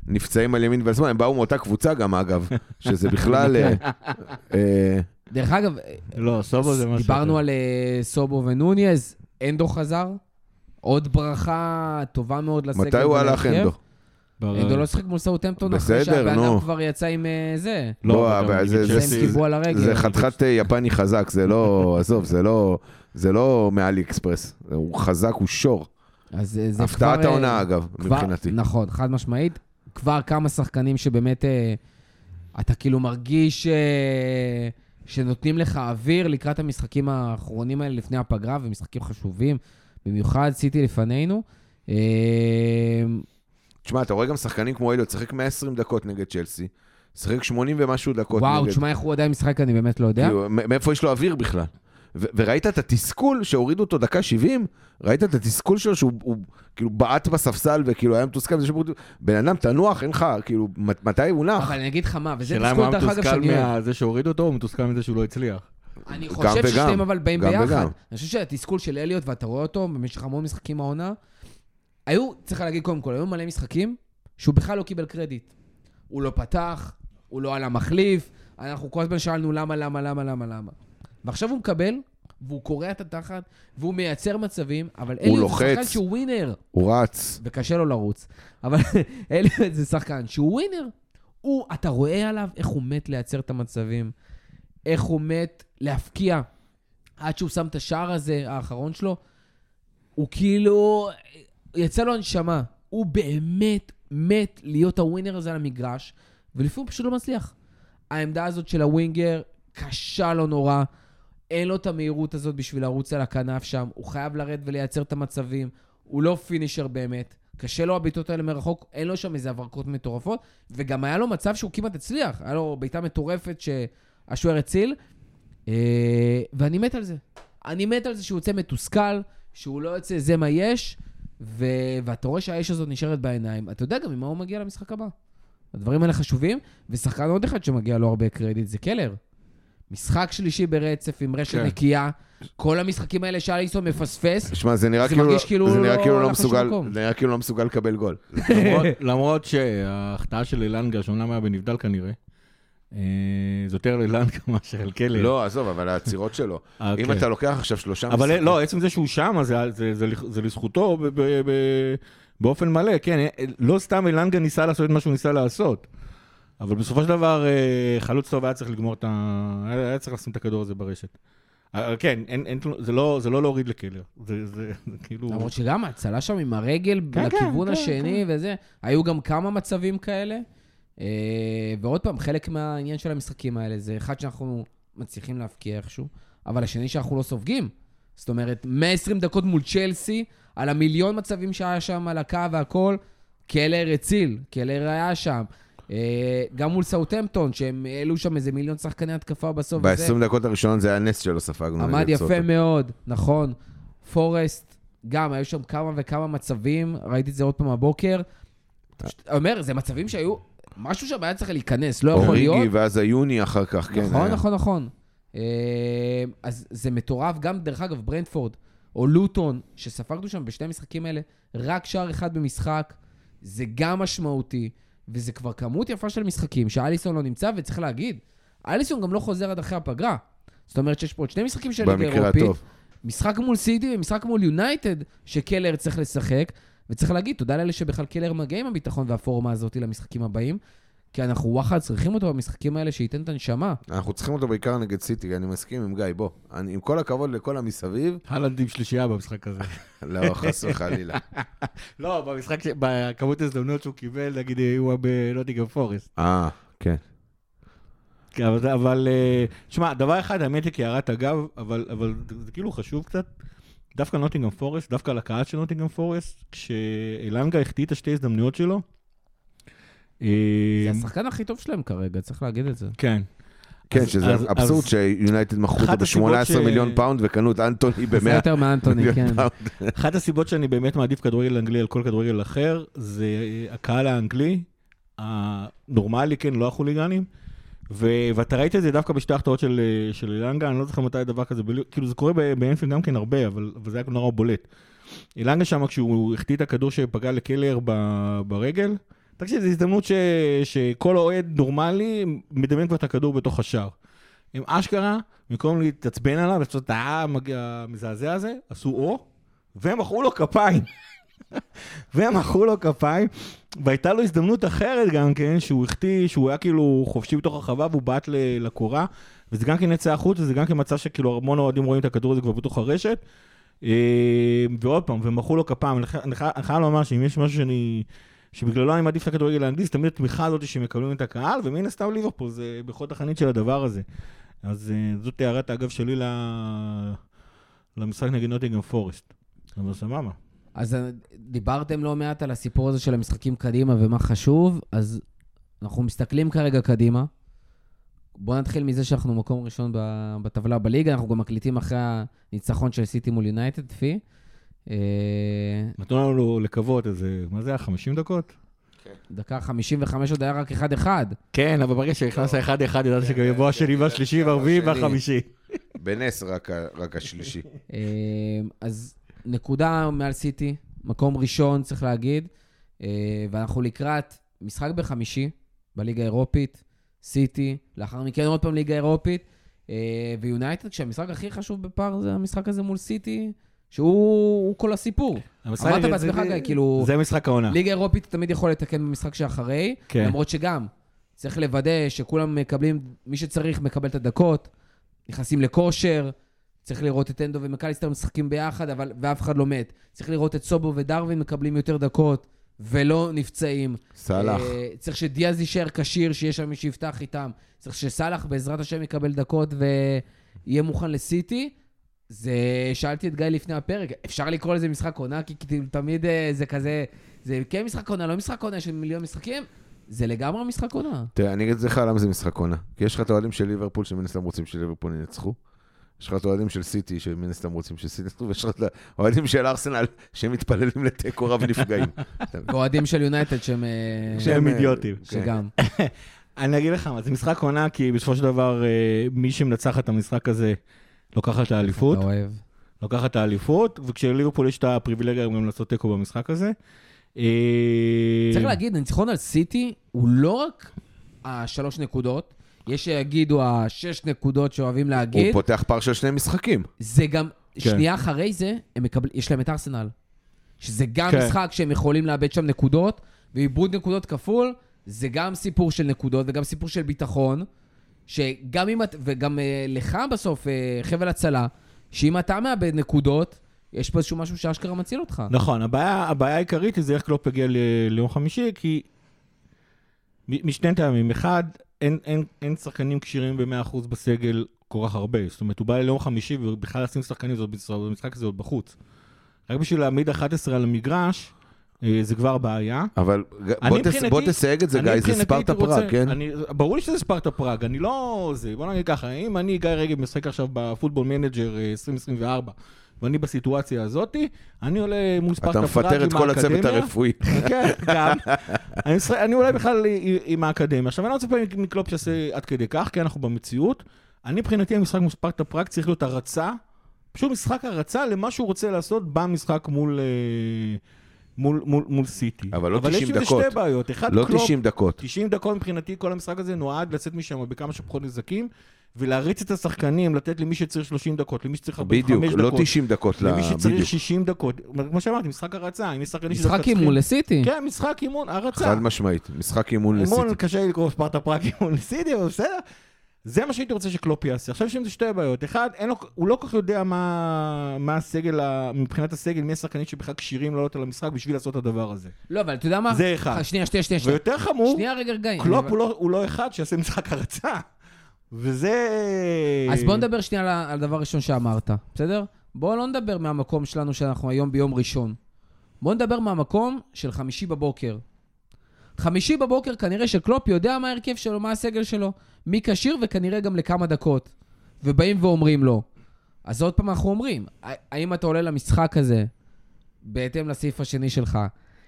נפצעים על ימין ועל שמאל, הם באו מאותה קבוצה גם, אגב, שזה בכלל... דרך אגב, דיברנו על סובו ונוניאז, אנדו חזר, עוד ברכה טובה מאוד לסגל. מתי הוא הלך אנדו? אנדו לא שחק מול סאוטהמפטון אחרי שהבאדם כבר יצא עם זה. לא, זה חתיכת יפני חזק, זה לא, עזוב, זה לא מאלי אקספרס, הוא חזק, הוא שור. הפתעת העונה אגב, מבחינתי. נכון, חד משמעית. כבר כמה שחקנים שבאמת אתה כאילו מרגיש שנותנים לך אוויר לקראת המשחקים האחרונים האלה לפני הפגרה, ומשחקים חשובים, במיוחד סיטי לפנינו. תשמע, אתה רואה גם שחקנים כמו אלו, צחק 120 דקות נגד צ'לסי, צחק 80 ומשהו דקות נגד... וואו, תשמע איך הוא עדיין משחק, אני באמת לא יודע. מאיפה יש לו אוויר בכלל? וראית את התסכול שהורידו אותו דקה 70? ראית את התסכול שלו שהוא כאילו בעט בספסל וכאילו היה מתוסכל, בן אדם תנוח, אין לך, כאילו, מתי הוא נח? אבל אני אגיד לך מה, וזה תסכול דרך אגב שאני... שאלה מה מתוסכל מזה שהורידו אותו, הוא מתוסכל מזה שהוא לא הצליח. אני חושב ששתיהם אבל באים ביחד. אני חושב שהתסכול של אליוט, ואתה רואה אותו במשך המון משחקים העונה, צריך להגיד קודם כל, היו מלא משחקים שהוא בכלל לא קיבל קרדיט. הוא לא פתח, הוא לא על המחליף, אנחנו כל הזמן שאלנו למה. ועכשיו הוא מקבל, והוא קורא את התחת, והוא מייצר מצבים, אבל אליוט זה שחקן שהוא ווינר. הוא רץ. וקשה לו לרוץ. אבל אליוט זה שחקן שהוא ווינר. אתה רואה עליו איך הוא מת לייצר את המצבים, איך הוא מת להפקיע, עד שהוא שם את השער הזה, האחרון שלו, הוא כאילו, יצא לו הנשמה. הוא באמת מת להיות הווינר הזה על המגרש, ולפעמים הוא פשוט לא מצליח. העמדה הזאת של הווינגר קשה לו נורא, אין לו את המהירות הזאת בשביל לרוץ על הכנף שם, הוא חייב לרד ולייצר את המצבים, הוא לא פינישר באמת, קשה לו הביטות האלה מרחוק, אין לו שם איזה עברקות מטורפות, וגם היה לו מצב שהוא כמעט הצליח, היה לו ביתה מטורפת שהשוער הציל, ואני מת על זה. אני מת על זה שהוא יוצא מתוסכל, שהוא לא יוצא זה מה יש, ואתה רואה שהאש הזאת נשארת בעיניים. אתה יודע גם ממה הוא מגיע למשחק הבא. הדברים האלה חשובים, ושחקן עוד אחד שמגיע לו הרבה קרדיט, זה קלר. משחק שלישי ברצף עם רשת נקייה, כל המשחקים האלה שאליסון מפספס, תשמע, זה נראה כאילו לא מסוגל לקבל גול. למרות שההחטאה של אילנגה, שאומנם היה בנבדל כנראה, זה יותר לילנגה מאשר אל קלר. לא, עזוב, אבל העצירות שלו. אם אתה לוקח עכשיו 3 משחקים... אבל לא, עצם זה שהוא שם, זה לזכותו באופן מלא, כן, לא סתם אילנגה ניסה לעשות את מה שהוא ניסה לעשות. אבל בסופו של דבר, חלוץ טוב היה צריך לגמור היה צריך לשים את הכדור הזה ברשת. כן, זה לא להוריד לקלר. זה כאילו... למרות שגם הצלה שם עם הרגל לכיוון השני וזה, היו גם כמה מצבים כאלה. ועוד פעם, חלק מהעניין של המשחקים האלה, זה אחד שאנחנו מצליחים להפקיע איכשהו, אבל השני שאנחנו לא סופגים. זאת אומרת, 120 דקות מול צ'לסי, על המיליון מצבים שהיה שם, על הקו והכל, קלר הציל, קלר היה שם. גם מול סאוטהמפטון, שהם העלו שם איזה מיליון שחקני התקפה בסוף. ב-20 דקות הראשונות זה היה נס שלא ספגנו. עמד יפה מאוד, נכון. פורסט, גם היו שם כמה וכמה מצבים, ראיתי את זה עוד פעם הבוקר. אומר, זה מצבים שהיו, משהו שם היה צריך להיכנס, לא יכול להיות. אוריגי ואז היוני אחר כך, כן. נכון. אז זה מטורף, גם דרך אגב ברנטפורד, או לוטון, שספגנו שם בשני המשחקים האלה, רק שער אחד במשחק, זה גם משמעותי. וזה כבר כמות יפה של משחקים, שאליסון לא נמצא, וצריך להגיד, אליסון גם לא חוזר עד אחרי הפגרה. זאת אומרת שיש פה עוד 2 משחקים של ליגה אירופית, משחק מול סיטי ומשחק מול יונייטד, שקלר צריך לשחק, וצריך להגיד, תודה לאלה שבכלל קלר מגיע עם הביטחון והפורמה הזאת למשחקים הבאים, כי אנחנו וואחד צריכים אותו במשחקים האלה שייתן את הנשמה. אנחנו צריכים אותו בעיקר נגד סיטי, אני מסכים עם גיא, בוא. עם כל הכבוד לכל המסביב. הלנד עם שלישייה במשחק הזה. לא, חס וחלילה. לא, במשחק, בכמות הזדמנות שהוא קיבל, נגיד, הוא היה בנוטינגהאם פורסט. כן. אבל, תשמע, דבר אחד, האמת היא כהערת אגב, אבל זה כאילו חשוב קצת, דווקא נוטינגהאם פורסט, דווקא על הקהל של נוטינגהאם פורסט, כשאילנגה החטיא את השתי הזדמנויות שלו, זה השחקן הכי טוב שלהם כרגע, צריך להגיד את זה. כן. כן, שזה אבסורד שיונייטד מכרו אותו ב-18 מיליון פאונד וקנו את אנטוני ב-100 זה יותר מאנטוני, כן. אחת הסיבות שאני באמת מעדיף כדורגל אנגלי על כל כדורגל אחר, זה הקהל האנגלי, הנורמלי, כן, לא החוליגנים, ואתה ראית את זה דווקא בשתי החטאות של אילנגה, אני לא זוכר מתי דבר כזה, כאילו זה קורה באנפילד גם כן הרבה, אבל זה היה נורא בולט. אילנגה שם, כשהוא החטיא את הכדור שפגע לקלר ברגל, תקשיב, זו הזדמנות שכל אוהד נורמלי מדמיין כבר את הכדור בתוך השער. הם אשכרה, במקום להתעצבן עליו, לעשות את המזעזע הזה, עשו או, והם מחאו לו כפיים, והייתה לו הזדמנות אחרת גם כן, שהוא החטיא, שהוא היה כאילו חופשי בתוך הרחבה, והוא בעט לקורה, וזה גם כן יצא החוץ, וזה גם כן מצב שכאילו המון אוהדים רואים את הכדור הזה כבר בתוך הרשת, ועוד פעם, ומחאו לו כפיים. אני חייב לומר שאם יש משהו שבגללו אני מעדיף את הכדורגל האנגלי, זה תמיד התמיכה הזאת שמקבלים את הקהל, ומן הסתם ליברפול, זה בחוד החנית של הדבר הזה. אז זאת הערת האגב שלי למשחק נגד נוטינגהאם פורסט. אבל סבבה. אז דיברתם לא מעט על הסיפור הזה של המשחקים קדימה ומה חשוב, אז אנחנו מסתכלים כרגע קדימה. בואו נתחיל מזה שאנחנו מקום ראשון בטבלה בליגה, אנחנו גם מקליטים אחרי הניצחון של סיטי מול יונייטד, פי. נתנו לנו לקוות איזה, מה זה היה, 50 דקות? דקה 55 עוד היה רק 1-1. כן, אבל ברגע שהכנס ה-1-1, ידעת שגם יבוא השני והשלישי והרביעי והחמישי. בנס רק השלישי. אז נקודה מעל סיטי, מקום ראשון צריך להגיד, ואנחנו לקראת משחק בחמישי בליגה האירופית, סיטי, לאחר מכן עוד פעם ליגה האירופית, ויונייטד, כשהמשחק הכי חשוב בפער זה המשחק הזה מול סיטי, שהוא כל הסיפור. אמרת בעצמך, כאילו... זה משחק העונה. ליגה אירופית תמיד יכול לתקן במשחק שאחרי, למרות שגם צריך לוודא שכולם מקבלים, מי שצריך מקבל את הדקות, נכנסים לכושר, צריך לראות את אנדו ומקליסטר משחקים ביחד, ואף אחד לא מת. צריך לראות את סובו ודרווין מקבלים יותר דקות, ולא נפצעים. סלח. צריך שדיאז יישאר קשיר, שיש שם מי שיפתח איתם. צריך שסלח בעזרת השם יקבל דקות ויהיה מוכן לסיטי. שאלתי את גיא לפני הפרק, אפשר לקרוא לזה משחק עונה, כי תמיד זה כזה, זה כן משחק עונה, לא משחק עונה, יש מיליון משחקים, זה לגמרי משחק עונה. תראה, אני אגיד לך למה זה משחק עונה. כי יש לך את האוהדים של ליברפול, שמן הסתם רוצים של ליברפול ינצחו. יש לך את האוהדים של סיטי, שמן הסתם רוצים של סיטי ינצחו, ויש לך את האוהדים של ארסנל, שהם מתפללים לתיקו רב ונפגעים. ואוהדים של יונייטד שהם אידיוטים. שגם. אני אגיד לך מה, זה משחק עונה, כי בסופו של דבר, מי שמנצח את המשחק הזה, לוקחת האליפות. אתה אוהב. לוקחת האליפות, וכשליברפול יש את הפריבילגיה גם לעשות תיקו במשחק הזה. צריך להגיד, הניצחון על סיטי הוא לא רק 3 נקודות, יש שיגידו 6 נקודות שאוהבים להגיד. הוא פותח פער של 2 משחקים. זה גם, שנייה אחרי זה, יש להם את ארסנל. שזה גם משחק שהם יכולים לאבד שם נקודות, ואיבוד נקודות כפול, זה גם סיפור של נקודות, וגם סיפור של ביטחון, שגם אם וגם לך בסוף, חבל הצלה, שאם אתה מאבד נקודות, יש פה איזשהו משהו שאשכרה מציל אותך. נכון, הבעיה העיקרית היא זה איך קלופ הגיע ליום חמישי, כי משני טעמים, אחד, אין שחקנים קשירים ב-100% בסגל כל כך הרבה, זאת אומרת, הוא בא ליום חמישי ובכלל לשים שחקנים, במשחק הזה עוד בחוץ. רק בשביל להעמיד 11 על המגרש, זה כבר בעיה. אבל בוא תסייג את זה, גיא, זה ספרטה פראג, כן? ברור לי שזה ספרטה פראג, אני לא... בוא נגיד ככה, אם אני גיא רגב משחק עכשיו בפוטבול מנג'ר 2024, ואני בסיטואציה הזאת, אני עולה מול ספרטה פראג עם האקדמיה. אתה מפטר את כל הצוות הרפואי. כן, גם. אני עולה בכלל עם האקדמיה. עכשיו, אני לא רוצה פעמים מקלופ שעשה עד כדי כך, כי אנחנו במציאות. אני מבחינתי, המשחק מול ספרטה פראג צריך להיות הרצה, פשוט משחק הרצה למה שהוא רוצה לעשות במשחק מול סיטי. אבל לא 90 דקות. אבל יש עם זה שתי בעיות. לא 90 דקות. 90 דקות מבחינתי, כל המשחק הזה נועד לצאת משם בכמה שפחות נזקים, ולהריץ את השחקנים, לתת למי שצריך 30 דקות, למי שצריך 45 דקות. בדיוק, לא 90 דקות. למי שצריך 60 דקות. כמו שאמרתי, משחק הרצה. משחק אימון לסיטי. כן, משחק אימון, הרצה. חד משמעית, משחק אימון לסיטי. אימון, קשה לקרוא ספרטה פראג אימון לסיטי, אבל בסדר. זה מה שהייתי רוצה שקלופ יעשה. עכשיו יש עם זה שתי בעיות. אחד, הוא לא כך יודע מה הסגל, מבחינת הסגל, מי השחקנים שבכלל קשירים לעלות על המשחק בשביל לעשות את הדבר הזה. לא, אבל אתה יודע מה? זה אחד. שנייה. ויותר חמור, שנייה רגע, גיא. קלופ הוא לא אחד שיעשה משחק הרצה. וזה... אז בוא נדבר שנייה על דבר ראשון שאמרת, בסדר? בוא לא נדבר מהמקום שלנו שאנחנו היום ביום ראשון. בוא נדבר מהמקום של חמישי בבוקר. חמישי בבוקר כנראה שקלופ יודע מה ההרכב שלו, מה הסגל שלו, מי קשיר וכנראה גם לכמה דקות. ובאים ואומרים לו. אז עוד פעם אנחנו אומרים, האם אתה עולה למשחק הזה, בהתאם לסעיף השני שלך,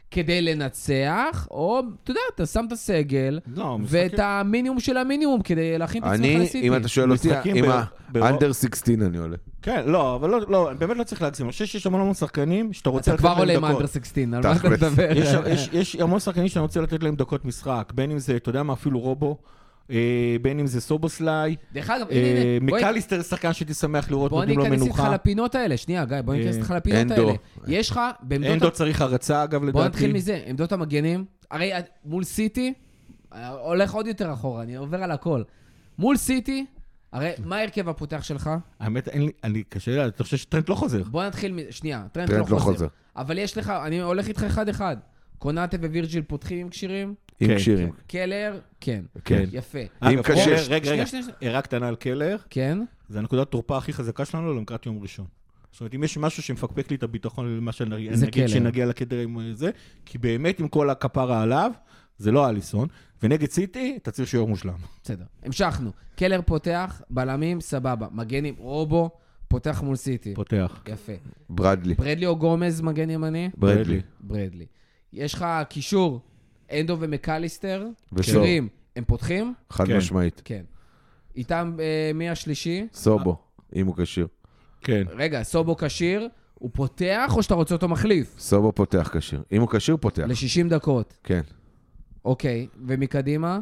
כדי לנצח, או, אתה יודע, אתה שם את הסגל, ואת המינימום של המינימום, כדי להכין את עצמך לסיטי. אם אתה שואל אותי, עם ה-under 16 אני עולה. כן, לא, אבל לא, באמת לא צריך להגזים. אני חושב שיש המון שחקנים שאתה רוצה לתת להם דקות. אתה כבר עולה עם under 16, על מה אתה מדבר? יש המון שחקנים שאתה רוצה לתת להם דקות משחק, בין אם זה, אתה יודע מה, אפילו רובו, בין אם זה סובוסליי, מקליסטר שחקן שהייתי שמח לראות נותנים לו מנוחה. בוא ניכנס איתך לפינות האלה, שנייה גיא, בוא ניכנס איתך לפינות האלה. יש לך, אנדו צריך הרצה אגב לדעתי. בוא נתחיל מזה, עמדות המגנים, הרי מול סיטי, הולך עוד יותר אחורה, אני עובר על הכל. מול סיטי, הרי מה הרכב הפותח שלך? האמת, אני קשה לי, אתה חושב שטרנט לא חוזר? בוא נתחיל, שנייה, טרנט לא חוזר. אבל יש לך, אני הולך איתך אחד. קונאטה ווירג'יל פותחים עם קשירים? עם קשירים. קלר? כן. יפה. עם קשיר. רגע, הערה קטנה על קלר. כן. זה הנקודת תורפה הכי חזקה שלנו לקראת יום ראשון. זאת אומרת, אם יש משהו שמפקפק לי את הביטחון למה שנגיד שנגיע לקדר עם זה, כי באמת עם כל הכפרה עליו, זה לא אליסון, ונגד סיטי, אתה צריך שיעור מושלם. בסדר. המשכנו. קלר פותח, בלמים, סבבה. מגנים, רובו, פותח מול סיטי. פותח. יפה. ברדלי או גומז, מגן ימני? ברדלי. יש לך קישור, אנדו ומקליסטר, קשירים, הם פותחים? חד משמעית. כן. איתם מי השלישי? סובו, אם הוא קשיר. כן. רגע, סובו קשיר, הוא פותח או שאתה רוצה אותו מחליף? סובו פותח קשיר. אם הוא קשיר, פותח. ל-60 דקות. כן. אוקיי, ומקדימה?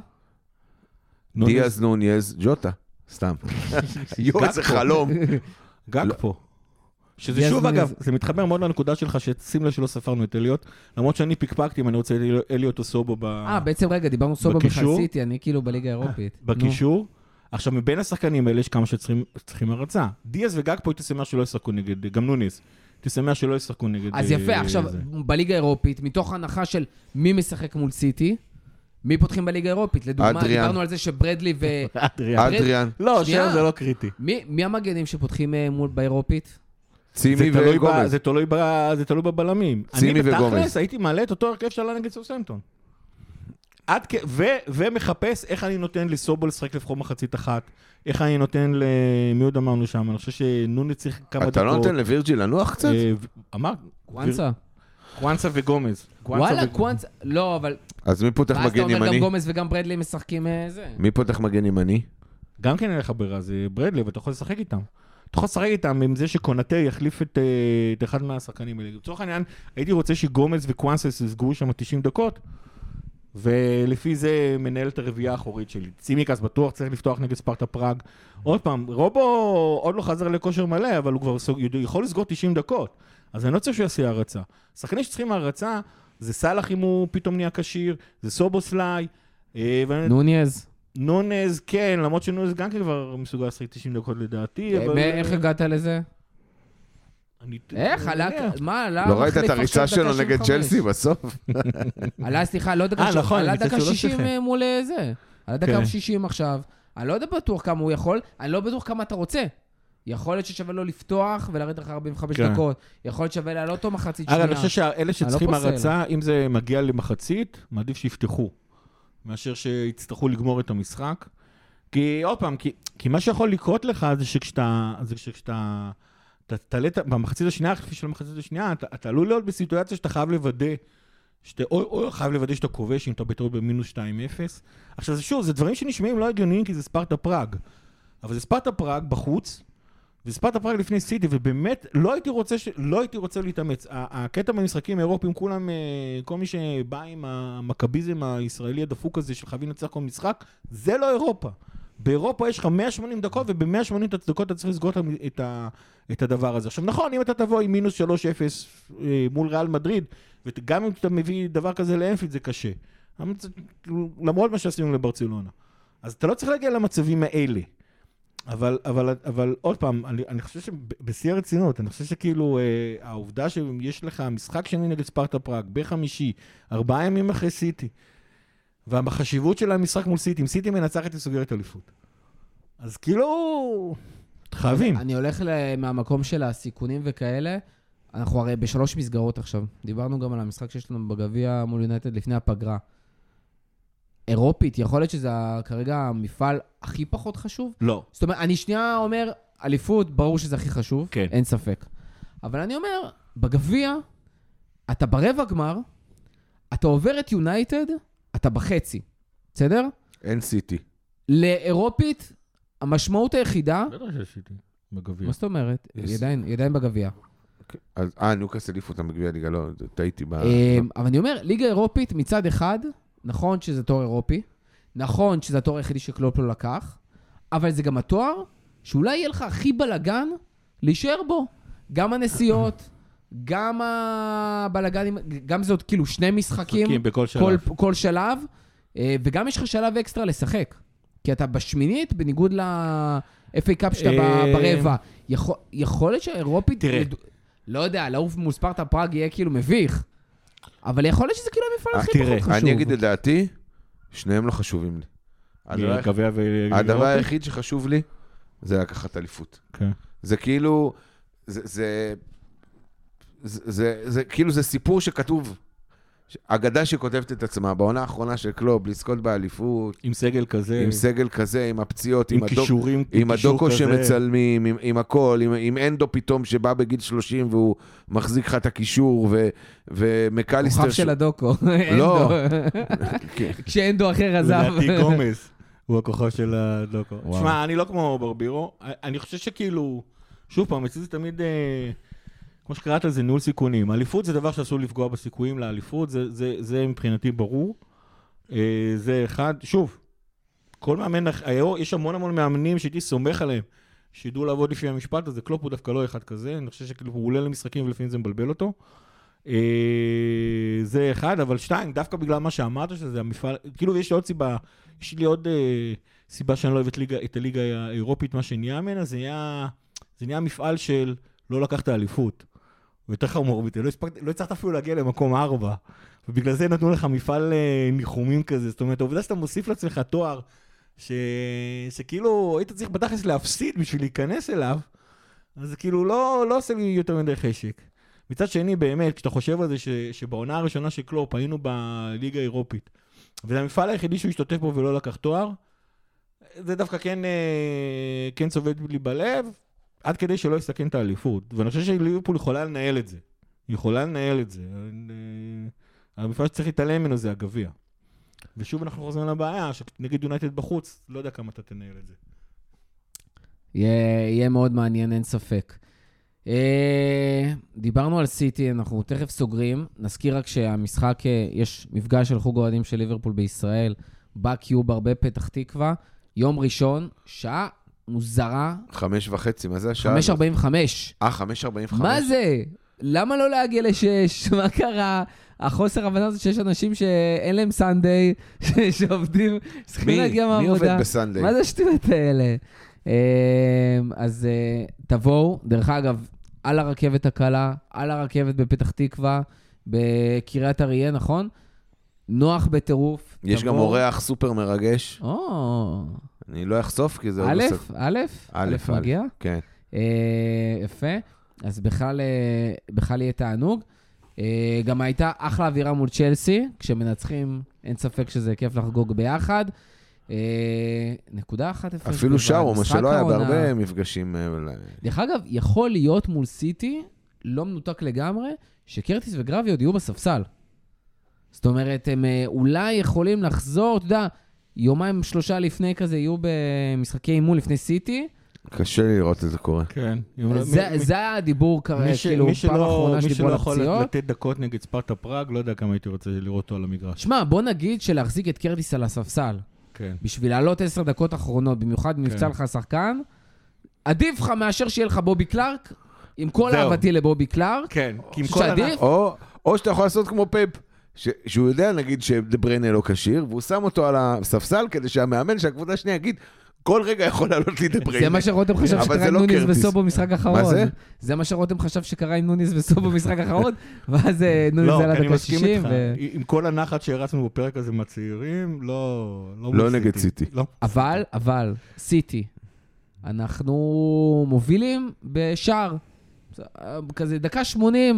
דיאז, נוניאז, ג'וטה. סתם. יו, איזה חלום. גג פה. שזה שוב אגב, זה מתחבר מאוד לנקודה שלך ששים לה שלא ספרנו את אליוט, למרות שאני פיקפקתי אם אני רוצה אליוט או סובו בעצם רגע, דיברנו סובו בחסיטי, אני כאילו בליגה האירופית. בקישור. עכשיו, מבין השחקנים האלה יש כמה שצריכים הרצה. דיאז וגג פה תשמח שלא ישחקו נגד, גם נוניס, תשמח שלא ישחקו נגד... אז יפה, עכשיו, בליגה האירופית, מתוך הנחה של מי משחק מול סיטי, מי פותחים בליגה האירופית? לדוגמה, דיברנו על זה שברדלי ו... אדריאן. לא, זה לא קריטי. מי המגנים שפותחים מול באירופית? צימי וגומז. זה תלוי בבלמים. צימי וגומז. אני בתכלס הייתי מעלה את אותו הרכב שלה נגד סאות'המפטון. ומחפש איך אני נותן לסובו לשחק לפחות מחצית אחת. איך אני נותן למי עוד אמרנו שם. אני חושב שנוני צריך כמה דקות. אתה לא נותן לווירג'יל לנוח קצת? אמר. קואנסה וגומז. וואלה, קואנסה. לא, אבל... אז מי פותח מגן ימני? ואז אתה אומר גם גומז וגם ברדלי משחקים זה. מי פותח מגן ימני? גם כן אין לך ברירה, זה ברדלי, ואתה יכול לשחק איתם. אתה יכול לשחק איתם עם זה שקונאטה יחליף את אחד מהשחקנים האלה. בצורך העניין, הייתי רוצה שגומז וקואנסס יסגרו שם 90 דקות, ולפי זה מנהל את הרביעה האחורית שלי. צימיקס בטוח צריך לפתוח נגד ספרטה פראג. עוד פעם, רובו עוד לא חזר לכושר מלא, אבל הוא כבר יכול לסגור 90 דקות. אז אני לא צריך שהוא יעשה הרצה. שחקנים שצריכים הרצה, זה סלח אם הוא פתאום נהיה קשיר, זה סובוסליי. נונז, כן, למרות שנונז גם כבר מסוגל לשחק 90 דקות לדעתי. איך הגעת לזה? איך? מה? לא ראית את הריצה שלו נגד צ'לסי בסוף? עלה, סליחה, לא דקה 60 מול זה. עלה דקה 60 עכשיו. אני לא יודע בטוח כמה הוא יכול, אני לא בטוח כמה אתה רוצה. יכול להיות ששווה לו לפתוח ולרדת אחרי 45 דקות. יכול להיות שווה לעלות אותו מחצית שנייה. אני חושב שאלה שצריכים הרצה, אם זה מגיע למחצית, מעדיף שיפתחו. מאשר שיצטרכו לגמור את המשחק. כי עוד פעם, כי מה שיכול לקרות לך זה שכשאתה תעלה במחצית השנייה, כפי של המחצית השנייה, אתה עלול להיות בסיטואציה שאתה חייב לוודא, או חייב לוודא שאתה כובש אם אתה בטעות במינוס 2-0. עכשיו, שוב, זה דברים שנשמעים לא הגיוניים, כי זה ספרטה פראג. אבל זה ספרטה פראג בחוץ, וספרטה פראג לפני סיטי, ובאמת לא הייתי רוצה להתאמץ. הקטע במשחקים האירופיים, כולם, כל מי שבא עם המכביזם הישראלי הדפוק הזה של חייבים לנצח כל משחק, זה לא אירופה. באירופה יש לך 180 דקות, וב-180 דקות אתה צריך לסגור את הדבר הזה. עכשיו נכון, אם אתה תבוא עם מינוס 3-0 מול ריאל מדריד, וגם אם אתה מביא דבר כזה לאנפילד, זה קשה. למרות מה שעשינו לברצלונה. אז אתה לא צריך להגיע למצבים האלה. אבל עוד פעם, אני חושב שבשיא הרצינות, אני חושב שכאילו העובדה שיש לך משחק שני נגד ספרטה פראג, בחמישי, 4 ימים אחרי סיטי, והחשיבות של המשחק מול סיטי, אם סיטי מנצחת לסוגרת אליפות. אז כאילו, חייבים. אני הולך מהמקום של הסיכונים וכאלה, אנחנו הרי ב3 מסגרות עכשיו. דיברנו גם על המשחק שיש לנו בגביע מול יונייטד לפני הפגרה. אירופית, יכול להיות שזה כרגע המפעל הכי פחות חשוב? לא. זאת אומרת, אני שנייה אומר, אליפות, ברור שזה הכי חשוב, כן. אין ספק. אבל אני אומר, בגביע, אתה ברבע גמר, אתה עובר את יונייטד, אתה בחצי, בסדר? אין סיטי. לאירופית, המשמעות היחידה... בטח שיש סיטי, בגביע. מה זאת אומרת? ידיים בגביע. ניוקאסל העיפו אותם בגביע ליגה, לא, טעיתי ב... אבל אני אומר, ליגה אירופית מצד אחד, נכון שזה תואר אירופי, נכון שזה התואר היחידי שקלופ לא לקח, אבל זה גם התואר שאולי יהיה לך הכי בלגן להישאר בו. גם הנסיעות, גם הבלגנים, גם זה עוד כאילו שני משחקים בכל שלב. כל שלב, וגם יש לך שלב אקסטרה לשחק. כי אתה בשמינית, בניגוד ל-FA קאפ שאתה ברבע. יכול להיות שהאירופית... תראה. לא יודע, לעוף מול ספרטה פראג יהיה כאילו מביך. אבל יכול להיות שזה כאילו המפעל הכי פחות חשוב. אני אגיד את דעתי, שניהם לא חשובים לי. הדבר היחיד שחשוב לי, זה לקחת אליפות. זה כאילו, זה כאילו זה סיפור שכתוב, אגדה שכותבת את עצמה, בעונה האחרונה של קלופ, לזכות באליפות. עם סגל כזה. עם הפציעות, עם הדוקו שמצלמים, עם הכל, עם אנדו פתאום שבא בגיל 30 והוא מחזיק לך את הקישור, ומקליסטר... כוכב של הדוקו. לא. כשאנדו אחר עזב. לדעתי גומס הוא הכוכב של הדוקו. שמע, אני לא כמו ברבירו, אני חושב שכאילו, שוב פעם, אצלי זה תמיד... כמו שקראת על זה, ניהול סיכונים. האליפות זה דבר שאסור לפגוע בסיכויים לאליפות, זה מבחינתי ברור. זה אחד, שוב, כל מאמן, יש המון מאמנים שהייתי סומך עליהם, שידעו לעבוד לפי המשפט הזה, קלופ הוא דווקא לא אחד כזה, אני חושב שכאילו הוא עולה למשחקים ולפעמים זה מבלבל אותו. זה אחד, אבל שתיים, דווקא בגלל מה שאמרת שזה המפעל, כאילו יש לי עוד סיבה, יש לי עוד סיבה שאני לא אוהב את הליגה האירופית, מה שנהיה ממנה, זה נהיה מפעל של לא לקחת האליפות. הוא יותר חמור ביתי, לא הצלחת אפילו להגיע למקום 4, ובגלל זה נתנו לך מפעל ניחומים כזה, זאת אומרת, העובדה שאתה מוסיף לעצמך תואר, שכאילו היית צריך בתכלס להפסיד בשביל להיכנס אליו, אז זה כאילו לא עושה לי יותר מדי חשק. מצד שני, באמת, כשאתה חושב על זה שבעונה הראשונה של קלופ היינו בליגה האירופית, וזה המפעל היחידי שהוא השתתף בו ולא לקח תואר, זה דווקא כן צובט לי בלב, עד כדי שלא יסכן את האליפות. ואני חושב שליברפול יכולה לנהל את זה. היא יכולה לנהל את זה. המפעל שצריך להתעלם ממנו זה הגביע. ושוב אנחנו חוזרים לבעיה, שנגיד יונייטד בחוץ, לא יודע כמה אתה תנהל את זה. יהיה מאוד מעניין, אין ספק. דיברנו על סיטי, אנחנו תכף סוגרים. נזכיר רק שהמשחק, יש מפגש של חוג אוהדים של ליברפול בישראל, בקיוב הרבה פתח תקווה, יום ראשון, שעה מוזרה. 5:30, מה זה השעה? 5:45. 5:45. מה זה? למה לא להגיע ל6? מה קרה? החוסר הבנה זה שיש אנשים שאין להם סנדיי, שעובדים, צריכים להגיע מהעבודה. מי עובד בסנדיי? מה זה השטויות האלה? אז תבואו, דרך אגב, על הרכבת הקלה, על הרכבת בפתח תקווה, בקריית אריה, נכון? נוח בטירוף. יש גם אורח סופר מרגש. אני לא אחשוף, כי זה... א' מגיע? כן. יפה. אז בכלל יהיה תענוג. גם הייתה אחלה אווירה מול צ'לסי, כשמנצחים, אין ספק שזה כיף לחגוג ביחד. 1-1. אפילו שרו, מה שלא היה בהרבה מפגשים. דרך אגב, יכול להיות מול סיטי, לא מנותק לגמרי, שקרטיס וגרבי עוד יהיו בספסל. זאת אומרת, הם אולי יכולים לחזור, אתה יודע, 2-3 לפני כזה יהיו במשחקי אימון לפני סיטי. קשה לי לראות את זה קורה. כן. זה היה הדיבור כרגע, כאילו, פעם האחרונה שדיברו על הפציעות. מי שלא יכול לתת דקות נגד ספרטה פראג, לא יודע כמה הייתי רוצה לראות אותו על המגרש. שמע, בוא נגיד שלהחזיק את קרטיס על הספסל, בשביל לעלות 10 דקות אחרונות, במיוחד מבצע לך שחקן, עדיף לך מאשר שיהיה לך בובי קלארק, עם כל אהבתי לבובי קלארק. כן. או שאתה יכול לעשות כמו פפ. שהוא יודע, נגיד, שדבריינה לא קשיר, והוא שם אותו על הספסל, כדי שהמאמן שהקבוצה השנייה יגיד, כל רגע יכול לעלות לי דבריינה. זה מה שרותם חשב שקרה עם נוניס וסובו במשחק האחרון. מה זה? זה מה שרותם חשב שקרה עם נוניס וסובו במשחק האחרון, ואז נוניס זה עלה דקה 60. עם כל הנחת שהרצנו בפרק הזה מהצעירים, לא נגד סיטי. אבל, סיטי, אנחנו מובילים בשער, כזה דקה 80,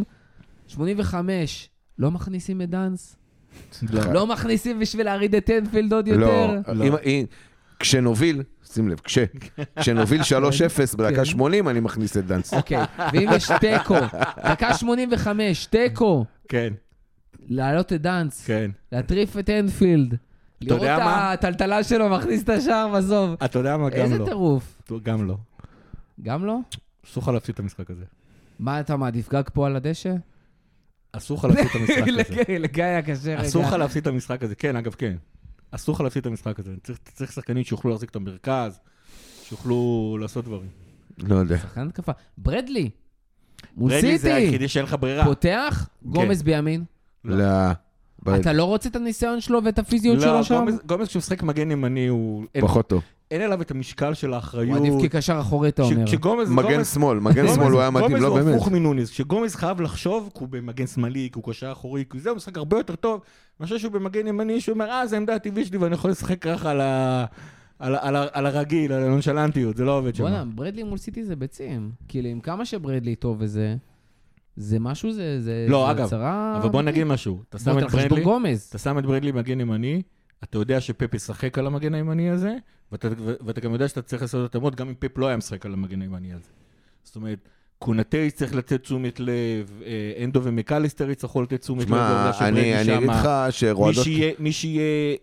85, לא מכניסים את דאנס? לא מכניסים בשביל להריד את אנפילד עוד יותר? לא. כשנוביל, שים לב, כשנוביל 3-0 בדקה 80, אני מכניס את דאנס. אוקיי, ואם יש טקו, דקה 85, טקו. כן. לעלות את דאנס, כן. להטריף את אנפילד, לראות את הטלטלה שלו, מכניס את השער בסוף. אתה יודע מה? גם לא. איזה טירוף. גם לא. גם לא? אסור לך להפסיד את המשחק הזה. מה אתה מעדיף, גג פה על הדשא? אסור לך להפסיד את המשחק הזה. לגיא היה קשה רגע. אסור לך להפסיד את המשחק הזה. כן, אגב, כן. אסור לך להפסיד את המשחק הזה. צריך שחקנים שיוכלו להחזיק את המרכז, שיוכלו לעשות דברים. לא יודע. שחקן התקפה. ברדלי. מול ברדלי זה סיטי. היחידי שאין לך ברירה. פותח, גומז בימין. לא. אתה לא רוצה את הניסיון שלו ואת הפיזיות שלו שם? לא, גומז כשהוא משחק מגן ימני הוא... פחות טוב. אין אליו את המשקל של האחריות. הוא עדיף כקשר אחורי, אתה אומר. מגן שמאל הוא היה מתאים, לא גומז באמת. הוא הפוך מנוניס. כשגומז חייב לחשוב, הוא במגן שמאלי, הוא קשר אחורי, זה הוא משחק הרבה יותר טוב. מה שהוא במגן ימני, שהוא אומר, זה העמדה הטבעית שלי ואני יכול לשחק ככה על הרגיל, על הנונשלנטיות, זה לא עובד שם. בוא'נה, ברדלי מול סיטי זה ביצים. כאילו, עם כמה שברדלי טוב וזה, זה משהו, זה לא, אגב, הצרה... אבל בוא נגיד משהו. אתה שם את ברדלי מגן ימני, אתה יודע שפפ ישחק על המגן הימני הזה, ואתה גם יודע שאתה צריך לעשות את המות, גם אם פפ לא היה משחק על המגן הימני הזה. זאת אומרת, קונטי צריך לתת תשומת לב, אנדו ומקליסטר יצטרכו לתת תשומת לב. אני אגיד לך שרועדות... מי שיהיה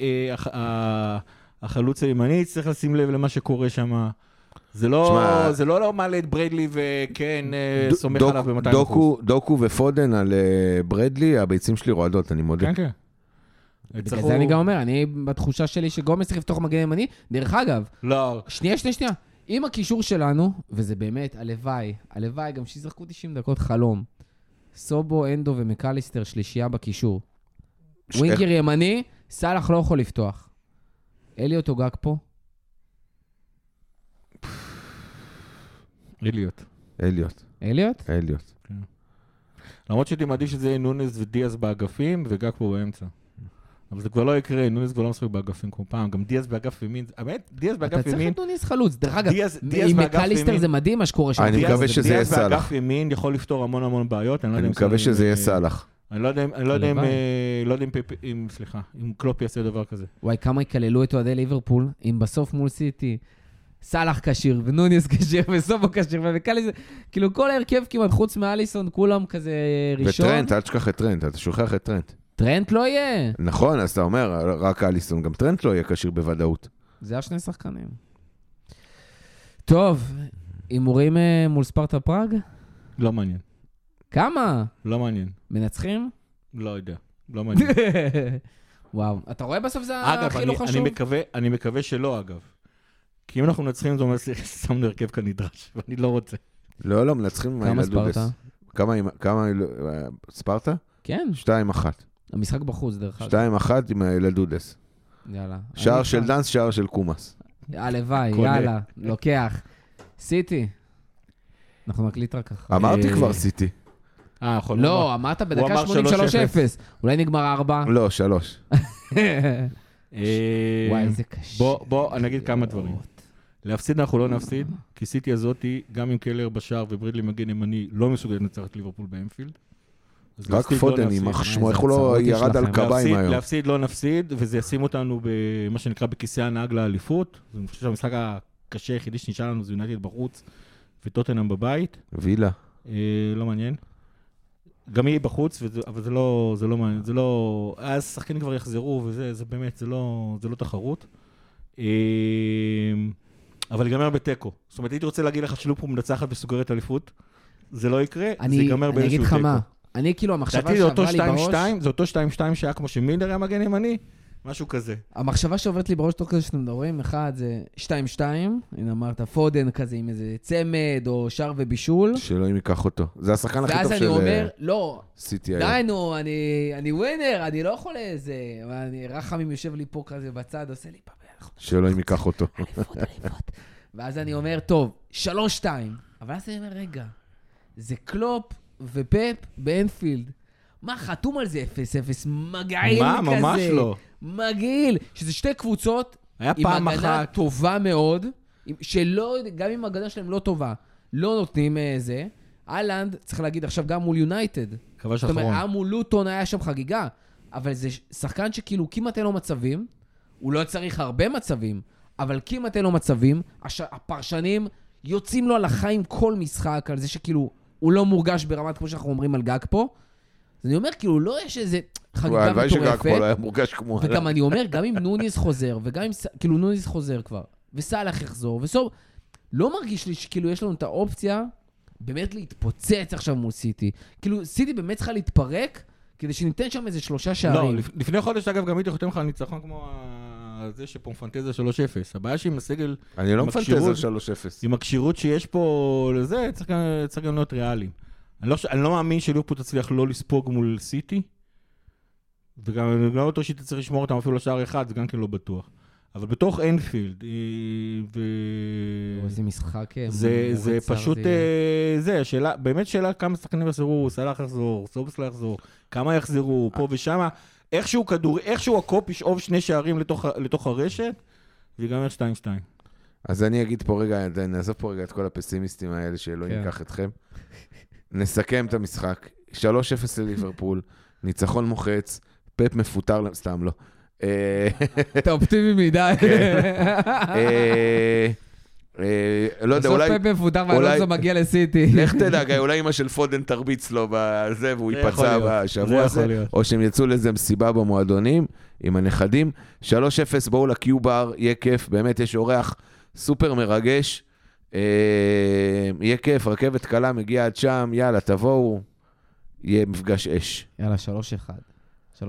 החלוץ הימני צריך לשים לב למה שקורה שם. זה לא מעלה את ברדלי וכן, סומך עליו ב-200%. דוקו ופודן על ברדלי, הביצים שלי רועדות, אני מודה. כן, כן. בגלל זה אני גם אומר, אני בתחושה שלי שגומז צריך לפתוח מגן ימני, דרך אגב. לא. שנייה. עם הקישור שלנו, וזה באמת, הלוואי, גם שיזרקו 90 דקות חלום. סובו, אנדו ומקליסטר, שלישייה בקישור. ווינגר ימני, סלח לא יכול לפתוח. אליוט או גג פה? אליוט? למרות שהייתי מעדיף שזה יהיה נונס ודיאז באגפים, וגג פה באמצע. אבל זה כבר לא יקרה, נונס כבר לא משחק באגפים כמו פעם, גם דיאז באגף ימין, האמת, דיאז באגף ימין... אתה צריך את נונס חלוץ, דרך אגב, עם מקליסטר זה מדהים מה שקורה שם. אני מקווה שזה יהיה סלח. דיאז באגף ימין יכול לפתור המון בעיות, אני מקווה שזה יהיה סלח. אני לא יודע אם קלופ יעשה דבר כזה. וואי, כמה יקללו את אוהדי ליברפול, אם בסוף מול סיטי, סלח קשיר, ונוניס קשיר, וסובו קשיר, ומקליסטר, כאילו כל ההרכב כמעט חוץ מאליסון, כולם כזה ראשון. וטרנט, אל תשכח את טרנט, אתה שוכח את טרנט. טרנט לא יהיה. נכון, אז אתה אומר, רק אליסון, גם טרנט לא יהיה קשיר בוודאות. זה השני שחקנים. טוב, הימורים מול ספרטה פראג? לא מעניין. כמה? לא מעניין. מנצחים? לא יודע, לא מעניין. וואו, אתה רואה בסוף זה הכי לא חשוב? אני מקווה שלא, אגב. כי אם אנחנו מנצחים, זה אומר ששמנו הרכב כאן נדרש, ואני לא רוצה. לא, מנצחים. כמה ספרטה? כמה ספרטה? כן. 2-1. המשחק בחוץ, דרך אגב. 2-1 עם הילדודס. יאללה. שער של דנס, שער של קומאס. הלוואי, יאללה, לוקח. סיטי. אנחנו נקליט רק אחרי. אמרתי כבר סיטי. לא, אמרת בדקה 80-3-0. אולי נגמר 4? לא, 3. וואי, איזה קשה. בוא, אני אגיד כמה דברים. להפסיד אנחנו לא נפסיד, כי סיטי הזאתי, גם עם קלר בשער וברדלי מגן ימני, לא מסוגל לנצח את ליברפול באנפילד. רק פודן, יימח שמו, איך הוא לא ירד על קביים היום. להפסיד לא נפסיד, וזה ישים אותנו במה שנקרא בכיסא הנהג לאליפות. אני חושב שהמשחק הקשה היחידי שנשאר לנו זה יונייטד בחוץ, וטוטנהאם בבית. וילה. לא מעניין. גם יהיה בחוץ, אבל זה לא מעניין. זה לא... אז שחקנים כבר יחזרו, וזה באמת, זה לא תחרות. אבל ייגמר בטקו. זאת אומרת, הייתי רוצה להגיד לך שליברפול מנצחת וסוגרת אליפות. זה לא יקרה, זה ייגמר באיזשהו טקו. אני כאילו, המחשבה שעברה לי בראש... זה אותו 2-2 שהיה כמו שמילדר היה מגן ימני, משהו כזה. המחשבה שעוברת לי בראש תוך כזה שאתם מדברים, אחד זה 2-2, הנה אמרת פודן כזה עם איזה צמד או שער ובישול. שאלוהים ייקח אותו. זה השחקן הכי טוב של... ואז אני אומר, לא, סיטי די נו, אני ווינר, אני לא יכול איזה... רחמים יושב לי פה כזה בצד, עושה לי פעם. שאלוהים ייקח אותו. ואז אני אומר, טוב, 3-2. אבל אז אני אומר, רגע, זה קלופ ופפ באנפילד. מה, חתום על זה 0-0, מגעיל כזה. מה, ממש לא. מגעיל. שזה שתי קבוצות עם הגנה טובה מאוד, שלא, גם אם הגנה שלהם לא טובה, לא נותנים זה. איילנד, צריך להגיד עכשיו גם מול יונייטד. כבש אחרון. זאת אומרת, מול לוטון היה שם חגיגה, אבל זה שחקן שכאילו כמעט אין לו מצבים, הוא לא צריך הרבה מצבים, אבל כמעט אין לו מצבים, הפרשנים יוצאים לו על החיים כל משחק, על זה שכאילו הוא לא מורגש ברמת כמו שאנחנו אומרים על גג פה. אז אני אומר, כאילו, לא יש איזה... חגיגה מטורפת. לא היה מורגש כמו... וגם אני אומר, גם אם נוניס חוזר, וגם אם, כאילו נוניס חוזר כבר, וסלח יחזור, לא מרגיש לי שכאילו יש לנו את האופציה באמת להתפוצץ עכשיו מול סיטי. כאילו, סיטי באמת צריכה להתפרק, כדי שניתן שם איזה 3 שערים. לא, לפני חודש, אגב, גם הייתי חותם לך על ניצחון כמו זה שפה מפנטזה 3-0. הבעיה שעם הסגל... אני לא מפנטזה 3-0. עם הקשירות שיש פה לזה, צריך גם להיות ריאליים. אני לא מאמין שליברפול תצליח לא לספוג מול סיטי, וגם לא אותו שהיא תצטרך לשמור אותם אפילו לשער אחד, זה גם כן לא בטוח. אבל בתוך אנפילד, זה משחק... זה פשוט, זה, באמת שאלה כמה שחקנים יחזרו, סלאח יחזור, סובסלה יחזור, כמה יחזרו, פה ושמה, איכשהו הקופ ישאוב 2 שערים לתוך הרשת, ויגמר 2-2. אז אני אגיד פה רגע, נעזוב פה רגע את כל הפסימיסטים האלה שלא ניקח אתכם. נסכם את המשחק, 3-0 לליברפול, ניצחון מוחץ, פפ מפוטר, סתם לא. אתה אופטימי מדי. לא יודע, אולי... בסוף פפ מפוטר ואלונזו מגיע לסיטי. לך תדע, גיא, אולי אמא של פודן תרביץ לו בזה, והוא ייפצע בשבוע הזה, או שהם יצאו לזה מסיבה במועדונים, עם הנכדים. 3-0, בואו לקיובר, יהיה כיף, באמת יש אורח סופר מרגש, יהיה כיף, רכבת קלה מגיעה עד שם, יאללה, תבואו, יהיה מפגש אש. יאללה, 3-1. 3-1.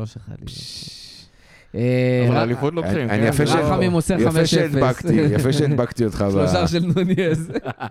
אבל אליפות לוקחים. יפה שהדבקתי אותך. 3 של נוניאז.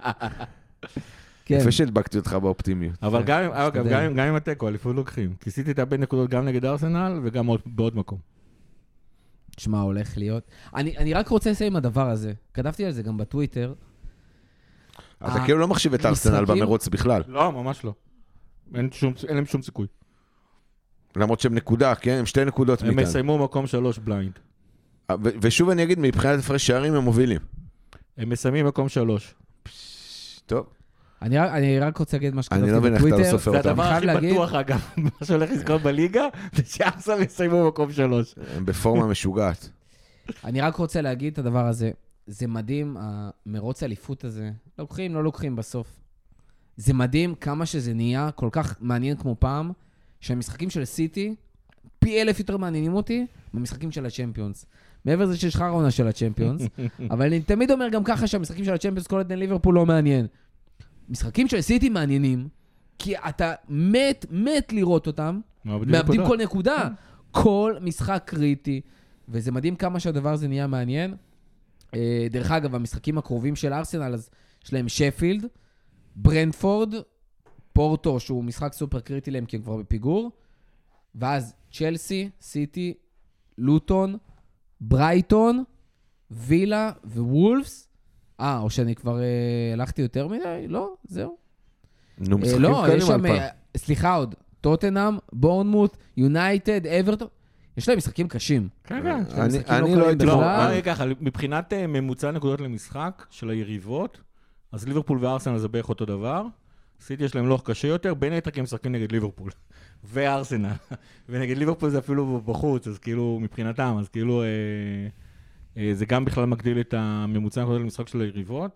יפה שהדבקתי אותך באופטימיות. אבל גם עם הטקו, אליפות לוקחים. כיסיתי את הרבה נקודות גם נגד ארסנל וגם בעוד מקום. תשמע, הולך להיות. אני רק רוצה לסיים עם הדבר הזה. כתבתי על זה גם בטוויטר. אתה כאילו לא מחשיב את ארסנל במרוץ בכלל. לא, ממש לא. אין להם שום סיכוי. למרות שהם נקודה, כן? הם 2 נקודות מכאן. הם מסיימו מקום 3 בליינד. ושוב אני אגיד, מבחינת הפרש שערים הם מובילים. הם מסיימים מקום 3. טוב. אני רק רוצה להגיד מה שכתבתי בטוויטר. אני לא מבין איך אתה לא סופר אותם. זה הדבר הכי בטוח, אגב, מה שהולך לזכות בליגה, זה שארסנל מסיימו מקום 3. הם בפורמה משוגעת. אני רק רוצה להגיד את הדבר הזה. זה מדהים, המרוץ האליפות הזה. לוקחים, לא לוקחים בסוף. זה מדהים כמה שזה נהיה כל כך מעניין כמו פעם, שהמשחקים של סיטי, פי 1000 יותר מעניינים אותי, במשחקים של הצ'מפיונס. מעבר לזה שיש חרונה של הצ'מפיונס, אבל אני תמיד אומר גם ככה שהמשחקים של הצ'מפיונס כל עדן ליברפול לא מעניין. משחקים של סיטי מעניינים, כי אתה מת לראות אותם, מאבדים כל נקודה, כל משחק קריטי, וזה מדהים כמה שהדבר הזה נהיה מעניין. דרך אגב, המשחקים הקרובים של ארסנל, אז יש להם שפילד, ברנפורד, פורטו, שהוא משחק סופר קריטי להם, כי הם כבר בפיגור, ואז צ'לסי, סיטי, לוטון, ברייטון, וילה וולפס. או שאני כבר הלכתי יותר מדי? לא, זהו. נו, משחקים כאלה מלפן. סליחה עוד, טוטנאם, בורנמוט, יונייטד, אברטון. יש להם משחקים קשים. כן. אני לא הייתי... ככה, מבחינת ממוצע נקודות למשחק של היריבות, אז ליברפול וארסנל זה בערך אותו דבר. סיטי יש להם לוח קשה יותר, בין היתר כי הם משחקים נגד ליברפול וארסנל. ונגד ליברפול זה אפילו בחוץ, אז כאילו מבחינתם, אז כאילו זה גם בכלל מגדיל את הממוצע נקודות למשחק של היריבות.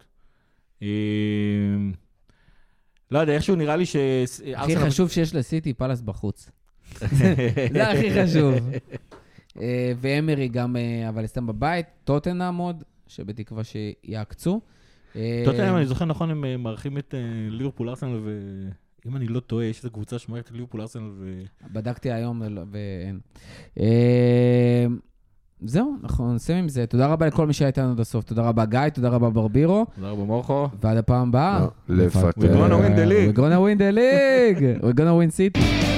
לא יודע, איכשהו נראה לי הכי חשוב שיש לסיטי פלס בחוץ. זה הכי חשוב. ואמרי גם, אבל סתם בבית, טוטנהאם עוד, שבתקווה שיעקצו. טוטנהאם, אני זוכר נכון, הם מערכים את ליברפול ארסנל, ואם אני לא טועה, יש איזו קבוצה שמערכת את ליברפול ארסנל בדקתי היום ואין. זהו, אנחנו נסיים עם זה. תודה רבה לכל מי שהיה איתנו עד הסוף. תודה רבה גיא, תודה רבה ברבירו. תודה רבה מורכו. ועד הפעם הבאה. לפתר. We're gonna win the league. We're gonna win the league. We're gonna win City.